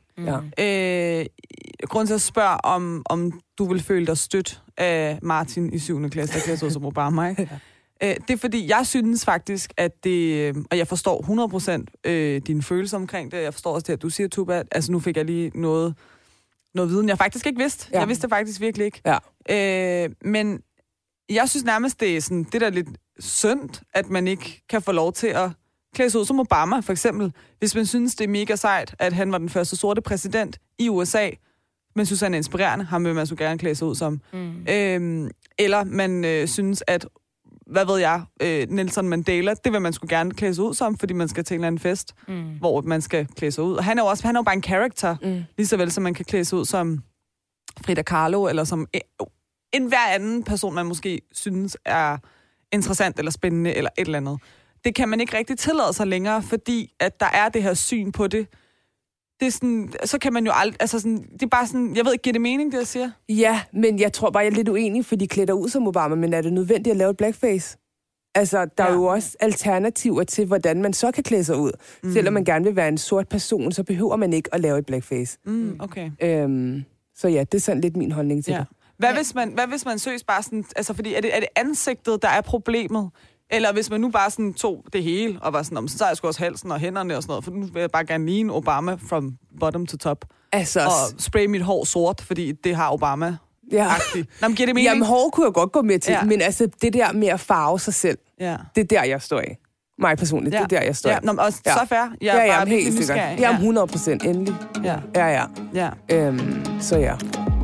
ja. øh, grund til at spørge, om, om du vil føle dig stødt af Martin i syvende klasse, der klæder sig ud som Obama, ikke? Ja. Øh, det er fordi, jeg synes faktisk, at det... Og jeg forstår hundrede procent øh, dine følelser omkring det. Jeg forstår også det, at du siger, Tuba, altså nu fik jeg lige noget, noget viden, jeg faktisk ikke vidste. Ja. Jeg vidste det faktisk virkelig ikke. Ja. Øh, men jeg synes nærmest, det er sådan, det der er lidt synd, at man ikke kan få lov til at klæde sig ud som Obama, for eksempel. Hvis man synes, det er mega sejt, at han var den første sorte præsident i U S A, men synes, han er inspirerende. Ham vil man så gerne klæde sig ud som. Mm. Øhm, eller man øh, synes, at, hvad ved jeg, øh, Nelson Mandela, det vil man sgu gerne klæde sig ud som, fordi man skal til en eller anden fest, mm. hvor man skal klæde sig ud. Og han er jo også han er jo bare en character, mm. lige så vel som man kan klæde sig ud som Frida Kahlo, eller som en, en hver anden person, man måske synes er interessant eller spændende, eller et eller andet. Det kan man ikke rigtig tillade sig længere, fordi at der er det her syn på det. Det er sådan, så kan man jo aldrig, altså sådan, det er bare sådan, jeg ved ikke, giver det mening, det jeg siger? Ja, men jeg tror bare, jeg er lidt uenig, for de klæder ud som Obama, men er det nødvendigt at lave et blackface? Altså, der ja. er jo også alternativer til, hvordan man så kan klæde sig ud. Mm. Selvom man gerne vil være en sort person, så behøver man ikke at lave et blackface. Mm, okay. Øhm, så ja, det er sådan lidt min holdning til ja. det. Hvad hvis man, hvad hvis man søges bare sådan, altså fordi, er det, er det ansigtet, der er problemet? Eller hvis man nu bare sådan tog det hele, og var sådan, så tager jeg sgu også halsen og hænderne og sådan noget, for nu vil jeg bare gerne ligne Obama from bottom to top. Altså, og spraye mit hår sort, fordi det har Obama. Ja. Nå, men giver det mening? Jamen, hår kunne jeg godt gå med til, ja. men altså det der med at farve sig selv, ja. det er der, jeg står af. Mig personligt, ja. Det er der, jeg står. Ja, nå, og ja. Så fair. Jeg ja, er ja, bare helt sikkert. nysgerrig. Jamen, hundrede procent endelig. Ja. Ja, ja. ja. Øhm, så ja.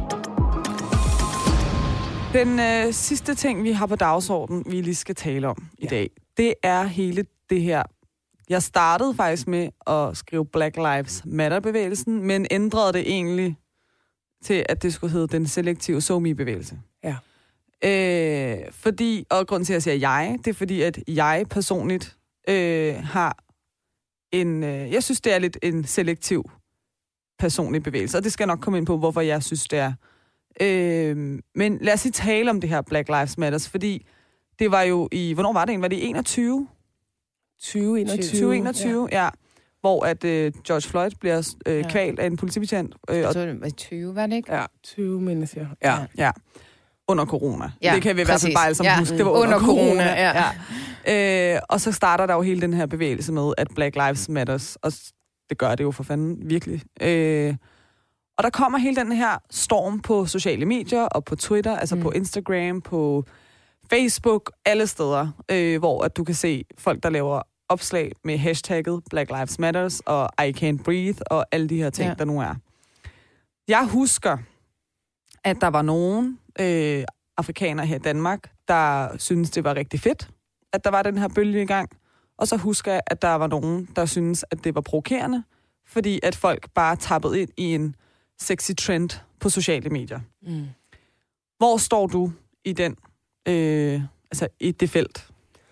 Den øh, sidste ting, vi har på dagsordenen, vi lige skal tale om i ja. dag, det er hele det her. Jeg startede faktisk med at skrive Black Lives Matter-bevægelsen, men ændrede det egentlig til, at det skulle hedde den selektive SoMe-bevægelse. Ja. Øh, fordi, og grunden til, at jeg siger jeg, det er fordi, at jeg personligt øh, har en... Øh, jeg synes, det er lidt en selektiv personlig bevægelse, og det skal jeg nok komme ind på, hvorfor jeg synes, det er. Øh, men lad os lige tale om det her Black Lives Matters, fordi det var jo i... Hvornår var det egentlig? Var det i enogtyve? tyve enogtyve. tyve enogtyve, ja. ja. Hvor at øh, George Floyd bliver øh, ja. kvalt af en politibetjent. Øh, jeg tror, det var tyve, var det ikke? Ja, tyve mindes jeg. Ja. ja. ja. Under corona. Ja, det kan vi i hvert fald bare alle sammen ja. huske. Det var under, under corona, corona. ja. ja. Øh, og så starter der jo hele den her bevægelse med, at Black Lives Matters, og det gør det jo for fanden, virkelig. Øh, og der kommer hele den her storm på sociale medier, og på Twitter, altså mm. på Instagram, på Facebook, alle steder, øh, hvor at du kan se folk, der laver opslag med hashtagget Black Lives Matters, og I Can't Breathe, og alle de her ting, ja. der nu er. Jeg husker, at der var nogen øh, afrikanere her i Danmark, der syntes, det var rigtig fedt, at der var den her bølge i gang. Og så husker jeg, at der var nogen, der syntes, at det var provokerende, fordi at folk bare tappede ind i en sexy trend på sociale medier. Mm. Hvor står du i den, øh, altså i det felt?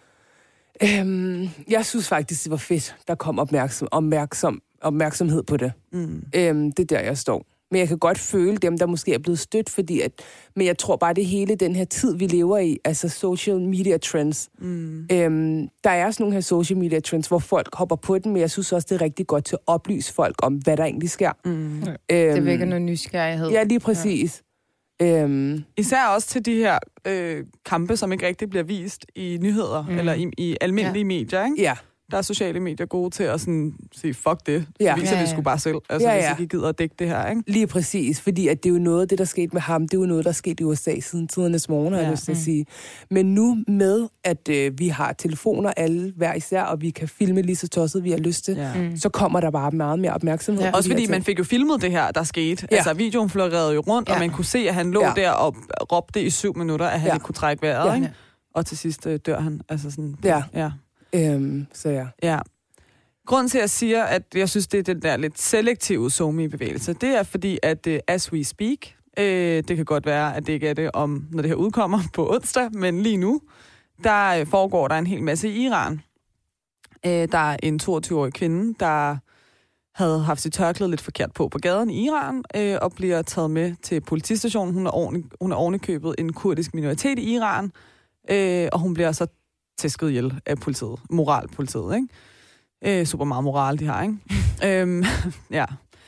Øhm, jeg synes faktisk, det var fedt, der kom opmærksom, opmærksom, opmærksomhed på det. Mm. Øhm, det er der, jeg står. Men jeg kan godt føle dem, der måske er blevet stødt, fordi at... Men jeg tror bare, det hele den her tid, vi lever i, altså social media trends. Mm. Øhm, der er også nogle her social media trends, hvor folk hopper på den, men jeg synes også, det er rigtig godt til at oplyse folk om, hvad der egentlig sker. Mm. Øhm, det vækker noget nysgerrighed. Ja, lige præcis. Ja. Øhm. Især også til de her øh, kampe, som ikke rigtig bliver vist i nyheder, mm. eller i, i almindelige ja. medier, ikke? Ja. Der er sociale medier gode til at sådan sige, fuck det, så ja. viser ja, ja. vi sgu bare selv, altså ja, ja. hvis ikke I gider at dække det her, ikke? Lige præcis, fordi at det er jo noget, det der skete med ham, det er jo noget, der er sket i U S A siden tidernes morgen, har jeg ja. lyst til at sige. Men nu med, at øh, vi har telefoner alle hver især, og vi kan filme lige så tosset, vi har lyst til, ja. mm. så kommer der bare meget mere opmærksomhed. Ja. Også fordi man fik jo filmet det her, der skete. Ja. Altså videoen florerede jo rundt, ja. og man kunne se, at han lå ja. der og råbte i syv minutter, at han ja. ikke kunne trække vejret, ja. ikke? Og til sidst øh, dør han. Altså sådan, ja. ja. Øhm, så ja. Ja. Grunden til, at jeg siger, at jeg synes, det er den der lidt selektive SoMe-bevægelse, det er fordi, at uh, as we speak, øh, det kan godt være, at det ikke er det, om, når det her udkommer på onsdag, men lige nu, der øh, foregår der en hel masse i Iran. Øh, der er en toogtyve-årig kvinde, der havde haft sit tørklæde lidt forkert på på gaden i Iran, øh, og bliver taget med til politistationen. Hun er, ordentlig, hun er ovenikøbet en kurdisk minoritet i Iran, øh, og hun bliver så tæsket ihjel af politiet, moralpolitiet, ikke? Øh, super meget moral, de har, ikke? øhm, ja.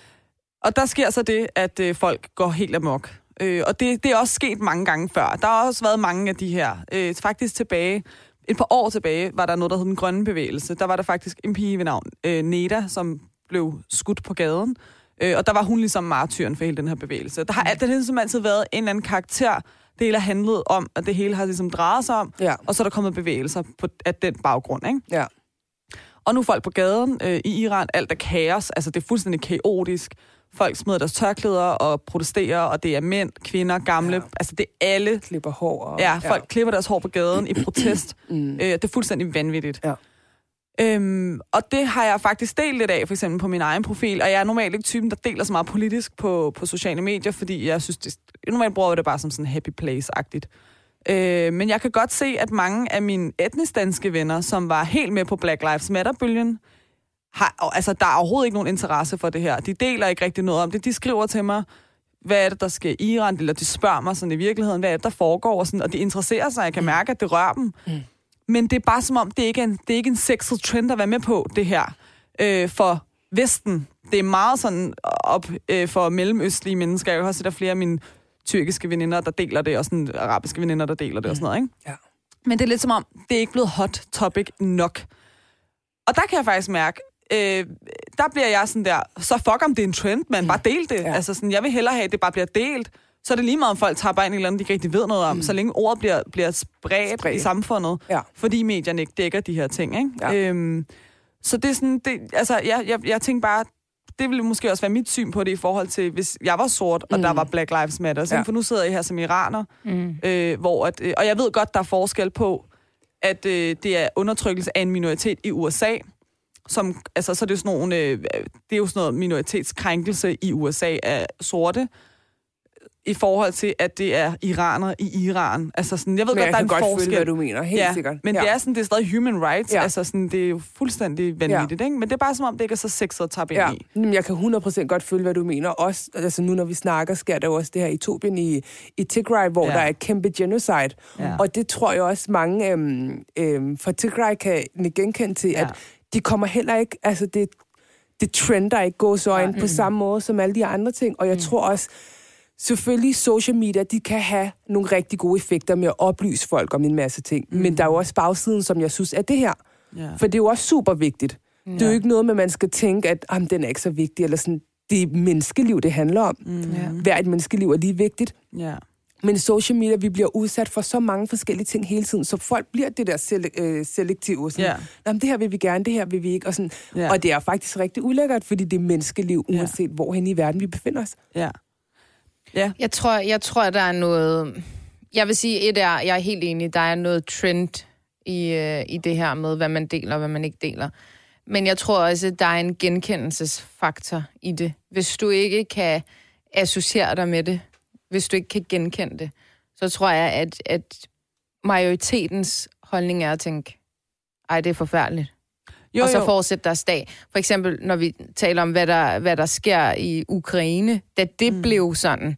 Og der sker så det, at øh, folk går helt amok. Øh, og det, det er også sket mange gange før. Der har også været mange af de her. Øh, faktisk tilbage, et par år tilbage, var der noget, der hed den grønne bevægelse. Der var der faktisk en pige ved navn øh, Neda, som blev skudt på gaden. Øh, og der var hun ligesom martyren for hele den her bevægelse. Der har alt det ligesom altid været en eller anden karakter, det hele har handlet om, at det hele har ligesom drejet sig om, ja. og så er der kommet bevægelser på, af den baggrund, ikke? Ja. Og nu er folk på gaden øh, i Iran, alt er kaos, altså det er fuldstændig kaotisk. Folk smider deres tørklæder og protesterer, og det er mænd, kvinder, gamle, ja. altså det er alle. Klipper hår. Og, ja, folk ja. klipper deres hår på gaden i protest. mm. øh, det er fuldstændig vanvittigt. Ja. Øhm, og det har jeg faktisk delt lidt af, for eksempel på min egen profil, og jeg er normalt ikke typen, der deler så meget politisk på, på sociale medier, fordi jeg synes, det, normalt bruger jeg det bare som sådan happy place-agtigt. Øh, men jeg kan godt se, at mange af mine etnisk danske venner, som var helt med på Black Lives Matter-bølgen, har, altså, der er overhovedet ikke nogen interesse for det her. De deler ikke rigtig noget om det. De skriver til mig, hvad er det, der sker i Iran, eller de spørger mig sådan i virkeligheden, hvad er det, der foregår, og, sådan, og de interesserer sig. Jeg kan mærke, at det rører dem. Mm. Men det er bare som om, det ikke er en, det er ikke en sexet trend at være med på, det her. Øh, for Vesten. Det er meget sådan op øh, for mellemøstlige mennesker. Jeg har også der flere af mine tyrkiske veninder, der deler det, og sådan arabiske veninder, der deler det, og sådan noget, ikke? Ja. Men det er lidt som om, det er ikke blevet hot topic nok. Og der kan jeg faktisk mærke, øh, der bliver jeg sådan der, så fuck om det er en trend, men bare del det. Ja. Altså sådan, jeg vil hellere have, at det bare bliver delt, så er det lige meget, om folk tager bare ind i et eller andet, de ikke rigtig ved noget om, mm. så længe ordet bliver, bliver spredt, spredt i samfundet, ja. fordi medierne ikke dækker de her ting. Ikke? Ja. Øhm, så det er sådan, det, altså, jeg, jeg, jeg tænker bare, det ville måske også være mit syn på det i forhold til, hvis jeg var sort, og mm. der var Black Lives Matter. Ja. For nu sidder jeg her som iraner, mm. øh, hvor at, øh, og jeg ved godt, der er forskel på, at øh, det er undertrykkelse af en minoritet i U S A, som, altså, så er det, sådan nogle, øh, det er jo sådan noget minoritetskrænkelse i U S A af sorte, i forhold til, at det er iranere i Iran. Altså sådan, jeg ved men godt, der er en godt forskel. Følge, hvad du mener, helt ja, sikkert. Men ja. det er sådan, det er stadig human rights. Ja. Altså sådan, det er jo fuldstændig vanvittigt, ja. ikke? Men det er bare som om, det ikke er så sexet at tabe ja. ind i. Jamen, jeg kan hundrede procent godt følge, hvad du mener. Også, altså nu når vi snakker, sker der jo også det her i Etiopien i, i Tigray, hvor ja. der er kæmpe genocide. Ja. Og det tror jeg også mange øhm, øhm, fra Tigray kan genkende til, ja. at de kommer heller ikke, altså det, det trender ikke gå så ind ja. på samme måde som alle de andre ting. Og jeg mm. tror også, selvfølgelig, social media, de kan have nogle rigtig gode effekter med at oplyse folk om en masse ting. Mm. Men der er jo også bagsiden, som jeg synes er det her. Yeah. For det er jo også super vigtigt. Yeah. Det er jo ikke noget med, at man skal tænke, at den er ikke så vigtig. Eller sådan, det er menneskeliv, det handler om. Mm. Yeah. Hver et menneskeliv er lige vigtigt. Yeah. Men social media, vi bliver udsat for så mange forskellige ting hele tiden, så folk bliver det der sele- øh, selektive. Sådan, yeah. det her vil vi gerne, det her vil vi ikke. Og, sådan. Yeah. Og det er faktisk rigtig ulækkert, fordi det er menneskeliv, uanset yeah. hvorhen i verden vi befinder os. Ja. Yeah. Ja. Jeg tror, jeg tror, der er noget... Jeg vil sige, et er, jeg er helt enig, der er noget trend i, øh, i det her med, hvad man deler og hvad man ikke deler. Men jeg tror også, at der er en genkendelsesfaktor i det. Hvis du ikke kan associere dig med det, hvis du ikke kan genkende det, så tror jeg, at, at majoritetens holdning er at tænke, ej, det er forfærdeligt. Jo, og så fortsætte deres dag. For eksempel, når vi taler om, hvad der, hvad der sker i Ukraine, da det mm. blev sådan.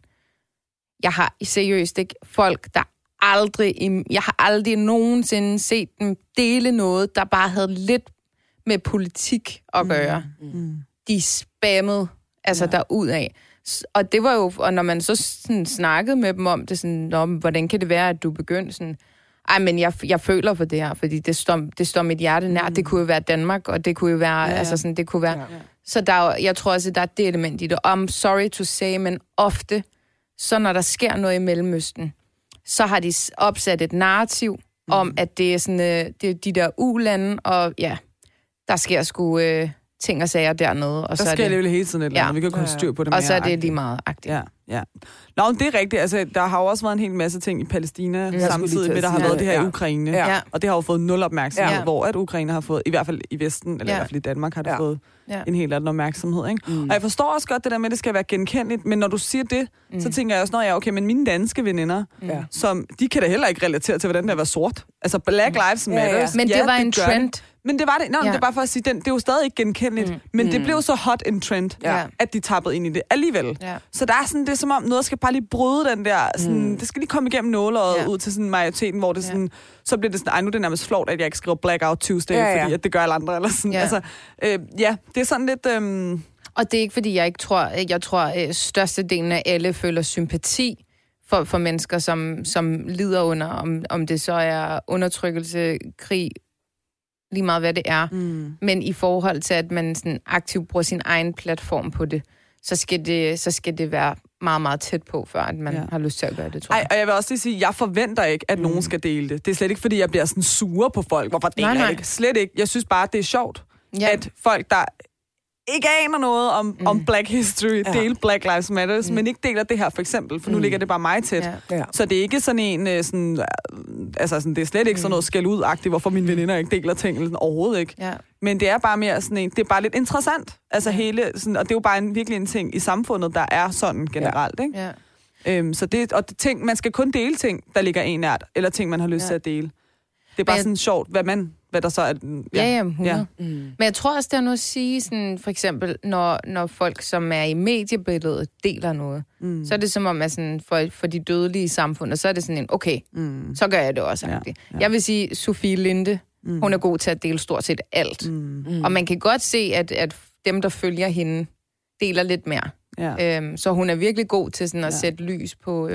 Jeg har seriøst ikke folk, der aldrig... Jeg har aldrig nogensinde set dem dele noget, der bare havde lidt med politik at gøre. Mm. Mm. De spammede altså ja. derudad. Og det var jo... Og når man så sådan snakkede med dem om det, sådan, hvordan kan det være, at du begyndte sådan... Ej, men jeg, jeg føler for det her, fordi det står, det står mit hjerte nær. Mm. Det kunne jo være Danmark, og det kunne jo være... Ja, ja. Altså sådan, det kunne være... Ja, ja. Så der er, jeg tror også, at der er det element i det. Og I'm sorry to say, men ofte, så når der sker noget i Mellemøsten, så har de opsat et narrativ mm. om, at det er sådan, øh, det er de der u-lande, og ja, der sker sgu øh, ting og sager dernede. Og der så sker er det jo hele tiden et eller andet, ja. vi kan kun styr på det mere. Og så er det lige meget agtigt. Ja, ja. Nå, det er rigtigt. Altså, der har jo også været en hel masse ting i Palæstina, ja, samtidig med, der har været det her ja. i Ukraine. Ja. Og det har jo fået nul opmærksomhed, ja. hvor at Ukraine har fået, i hvert fald i Vesten, eller ja. i hvert fald i Danmark, har det ja. fået ja. en helt anden opmærksomhed. Ikke? Mm. Og jeg forstår også godt det der med, at det skal være genkendeligt, men når du siger det, mm. så tænker jeg også, at ja, okay, men mine danske veninder, mm. som, de kan da heller ikke relatere til, hvordan det er at være sort. Altså, Black Lives Matter. Ja, ja. Men det ja, var det en trend. Det. Men det var det. Nå, ja. det er bare for at sige, den, det er jo stadig ikke genkendeligt, mm. men mm. det blev så hot en trend, ja. at de tappede ind i det alligevel. Ja. Så der er sådan, det er som om, noget skal bare lige bryde den der, sådan, mm. det skal lige komme igennem nåleøjet ja. ud til sådan majoriteten, hvor det ja. sådan, så bliver det sådan, ej, nu er det nærmest flot, at jeg ikke skriver Blackout Tuesday, ja, ja. fordi at det gør alle andre, eller sådan. Ja. Altså, øh, ja, det er sådan lidt... Øh... Og det er ikke, fordi jeg ikke tror, jeg tror, at størstedelen af alle føler sympati for, for mennesker, som, som lider under, om, om det så er undertrykkelse, krig, lige meget hvad det er. Mm. Men i forhold til, at man sådan aktivt bruger sin egen platform på det, så skal det, så skal det være meget, meget tæt på, før at man ja. har lyst til at gøre det, tror jeg. Ej, og jeg vil også lige sige, jeg forventer ikke, at mm. nogen skal dele det. Det er slet ikke, fordi jeg bliver sådan sure på folk. Hvorfor deler nej, nej. jeg ikke? Slet ikke. Jeg synes bare, det er sjovt, ja. at folk, der ikke aner noget om, mm. om Black History, ja. deler Black Lives Matter, mm. men ikke deler det her, for eksempel, for nu mm. ligger det bare mig tæt. Ja. Ja. Så det er ikke sådan en, sådan, altså sådan, det er slet ikke mm. sådan noget skæld ud-agtigt, hvorfor mine veninder ikke deler ting, eller sådan, overhovedet ikke. Ja. Men det er bare mere sådan en, det er bare lidt interessant, altså ja. hele, sådan, og det er jo bare en, virkelig en ting i samfundet, der er sådan generelt, ja. ikke? Ja. Øhm, så det, og det ting, man skal kun dele ting, der ligger en nært, eller ting, man har lyst ja. til at dele. Det er bare men, sådan sjovt, hvad man, hvad der så er... Ja, ja, hundrede. Ja. Mm. Men jeg tror også, der er noget at sige, sådan, for eksempel, når, når folk, som er i mediebilledet, deler noget, mm. så er det som om, at sådan, for, for de dødelige samfund, så er det sådan en, okay, mm. så gør jeg det også. Ja, ja. Jeg vil sige, Sofie Linde, mm. hun er god til at dele stort set alt. Mm. Og man kan godt se, at, at dem, der følger hende, deler lidt mere. Ja. Øhm, så hun er virkelig god til sådan, at ja. sætte lys på, øh, ja.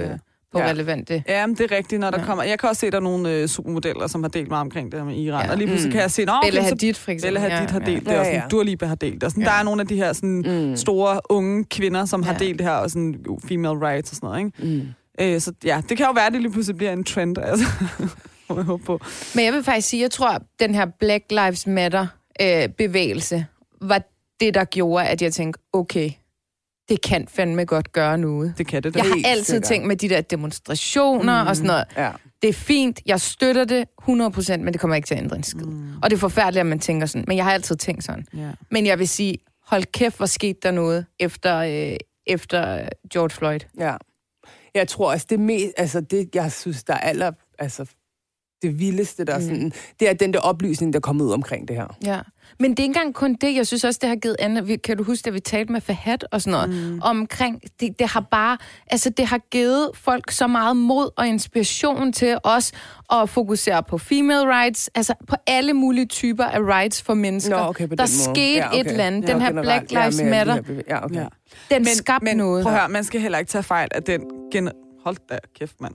på ja. relevante. Ja, men det er rigtigt, når der ja. kommer... Jeg kan også se, at der er nogle øh, supermodeller, som har delt meget omkring det her med Iran. Ja. Og lige pludselig mm. kan jeg se... Bella Hadid, for eksempel. Bella Hadid har delt ja. det, og sådan, ja, ja. Dua Lipa har delt det. Og sådan, ja. Der er nogle af de her sådan, mm. store, unge kvinder, som ja. har delt det her, og sådan female rights og sådan noget, ikke? Mm. Øh, så ja, det kan jo være, at det lige pludselig bliver en trend, altså. Må jeg håbe på. Men jeg vil faktisk sige, jeg tror, at den her Black Lives Matter-bevægelse øh, var det, der gjorde, at jeg tænkte, okay, det kan fandme godt gøre noget. Det kan det da. Jeg har altid sikkert. tænkt med de der demonstrationer mm. og sådan noget. Ja. Det er fint, jeg støtter det hundrede procent, men det kommer ikke til at ændre en skid. Mm. Og det er forfærdeligt, at man tænker sådan. Men jeg har altid tænkt sådan. Yeah. Men jeg vil sige, hold kæft, hvor skete der noget efter, øh, efter George Floyd. Ja. Jeg tror også, det mest, altså det, jeg synes, der er aller, altså det vildeste, der mm. sådan, det er den der oplysning, der kommer ud omkring det her. Ja, men det er ikke engang kun det. Jeg synes også, det har givet andet. Kan du huske, at vi talte med Fahad og sådan noget? Mm. Omkring, det, det har bare, altså det har givet folk så meget mod og inspiration til os at fokusere på female rights, altså på alle mulige typer af rights for mennesker. Nå, okay, der skete ja, okay. et eller andet. Ja, den her generelt. Black Lives ja, Matter, ja, okay. ja. den skabte men, noget. Prøv at høre, man skal heller ikke tage fejl af den gener- Hold da kæft, mand.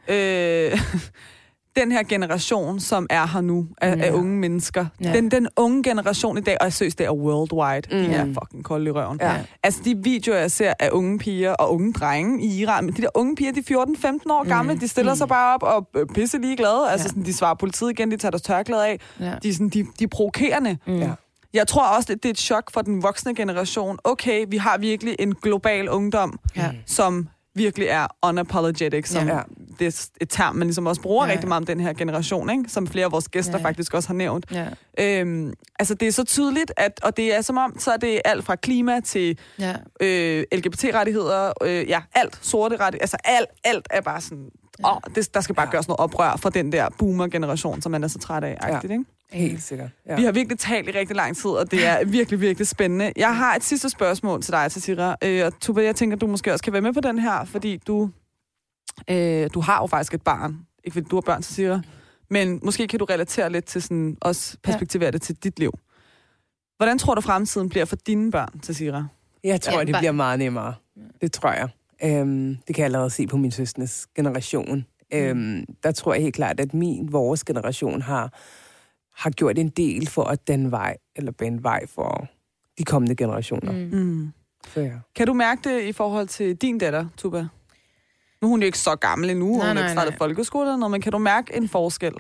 øh... Den her generation, som er her nu, af, ja. af unge mennesker. Ja. Den, den unge generation i dag, og jeg synes, det er worldwide. Mm. De er fucking kolde i røven. Ja. Altså, de videoer, jeg ser af unge piger og unge drenge i Iran, men de der unge piger, de er fjorten femten år gamle, mm. de stiller mm. sig bare op og pisse ligeglade. Altså, ja. sådan, de svarer politiet igen, de tager deres tørklæde af. Ja. De, er sådan, de, de er provokerende. Mm. Ja. Jeg tror også, det er et chok for den voksne generation. Okay, vi har virkelig en global ungdom, ja. som virkelig er unapologetic, som ja. det er et term, man ligesom også bruger ja. rigtig meget om den her generation, ikke? Som flere af vores gæster ja. faktisk også har nævnt. Ja. Øhm, altså, det er så tydeligt, at, og det er som om, så er det alt fra klima til ja. øh, L G B T-rettigheder, øh, ja, alt, sorte rettigheder, altså alt, alt er bare sådan, ja. åh, det, der skal bare ja. gøres noget oprør for den der boomer-generation, som man er så træt af, ja. ikke? Helt sikkert. Ja. Vi har virkelig talt i rigtig lang tid, og det er virkelig, virkelig spændende. Jeg har et sidste spørgsmål til dig, Tatyra. Øh, og Tuba, jeg tænker, du måske også kan være med på den her, fordi du, øh, du har jo faktisk et barn. Ikke fordi du har børn, Tatyra, men måske kan du relatere lidt til sådan, også perspektivere ja. det til dit liv. Hvordan tror du, fremtiden bliver for dine børn, Tatyra? Jeg tror, ja, det bliver meget nemmere. Det tror jeg. Øhm, det kan jeg allerede se på min søsternes generation. Mm. Øhm, der tror jeg helt klart, at min, vores generation har har gjort en del for at den vej, eller bane vej for de kommende generationer. Mm. Mm. Så ja. Kan du mærke det i forhold til din datter, Tuba? Nu er hun jo ikke så gammel endnu, nej, hun har ikke startet folkeskole eller noget, men kan du mærke en forskel?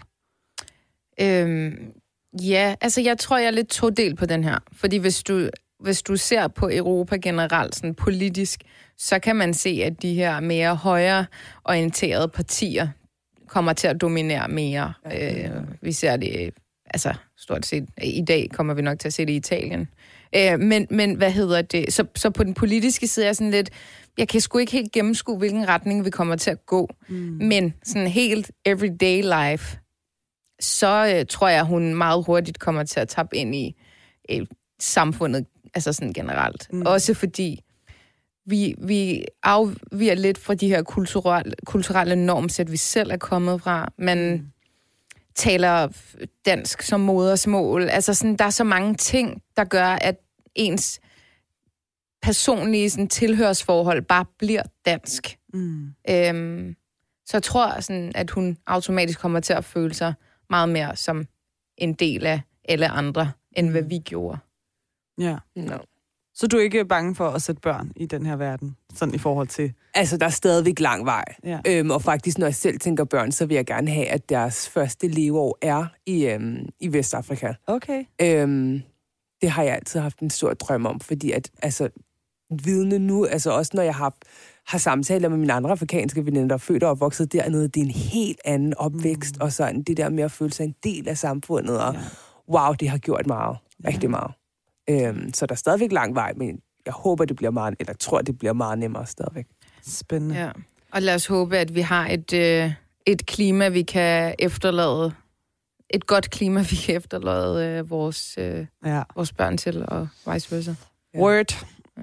Øhm, ja, altså jeg tror, jeg er lidt todel på den her. Fordi hvis du, hvis du ser på Europa generelt, sådan politisk, så kan man se, at de her mere højreorienterede partier kommer til at dominere mere. Ja. Øh, vi ser det... Altså, stort set, i dag kommer vi nok til at se det i Italien. Øh, men, men hvad hedder det? Så, så på den politiske side er sådan lidt, jeg kan sgu ikke helt gennemskue, hvilken retning vi kommer til at gå. Mm. Men sådan helt everyday life, så øh, tror jeg, hun meget hurtigt kommer til at tappe ind i øh, samfundet, altså sådan generelt. Mm. Også fordi vi, vi afviger lidt fra de her kulturelle, kulturelle normsæt, vi selv er kommet fra, men... Mm. taler dansk som modersmål. Altså sådan, der er så mange ting, der gør, at ens personlige sådan, tilhørsforhold bare bliver dansk. Mm. Øhm, så jeg tror, sådan, at hun automatisk kommer til at føle sig meget mere som en del af alle andre, end hvad vi gjorde. Ja. No. Så du er ikke bange for at sætte børn i den her verden, sådan i forhold til... Altså, der er stadigvæk lang vej. Ja. Øhm, og faktisk, når jeg selv tænker børn, så vil jeg gerne have, at deres første leveår er i, øhm, i Vestafrika. Okay. Øhm, det har jeg altid haft en stor drøm om, fordi at, altså, vidne nu, altså også når jeg har, har samtaler med mine andre afrikanske veninder, der er født og opvokset dernede, det er en helt anden opvækst, mm. og sådan det der med at føle sig en del af samfundet, og ja. wow, det har gjort meget, ja. rigtig meget. Øhm, så der er stadigvæk lang vej, men jeg håber, det bliver meget, eller tror, det bliver meget nemmere stadigvæk. Spændende. Ja. Og lad os håbe, at vi har et, øh, et klima, vi kan efterlade, et godt klima, vi kan efterlade øh, vores, øh, ja. vores børn til, og vice versa. Ja. Word. Ja.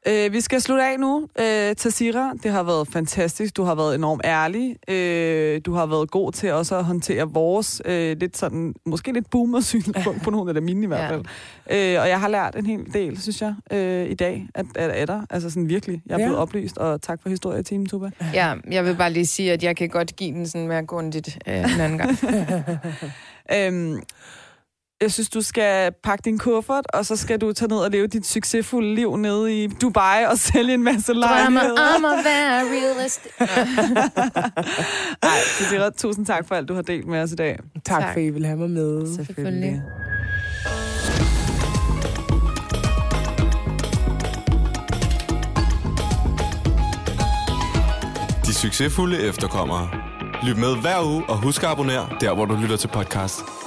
Øh, vi skal slutte af nu. Øh, Tassira, det har været fantastisk. Du har været enormt ærlig. Øh, du har været god til også at håndtere vores øh, lidt sådan, måske lidt boomer-synspunkt på nogle af mine i hvert fald. Ja. Øh, og jeg har lært en hel del, synes jeg, øh, i dag, at, at, at dig. Altså sådan virkelig. Jeg er blevet ja. oplyst, og tak for historietimen, Tuba. Ja, jeg vil bare lige sige, at jeg kan godt give den sådan mere grundigt øh, en anden gang. øhm, Jeg synes, du skal pakke din kuffert, og så skal du tage ned og leve dit succesfulde liv nede i Dubai og sælge en masse lejligheder. Drømmer om at være realistic. Ej, Tassira, tusind tak for alt, du har delt med os i dag. Tak, tak. for, at I vil have mig med. Selvfølgelig. De succesfulde efterkommere. Lyt med hver uge, og husk at abonnere der, hvor du lytter til podcast.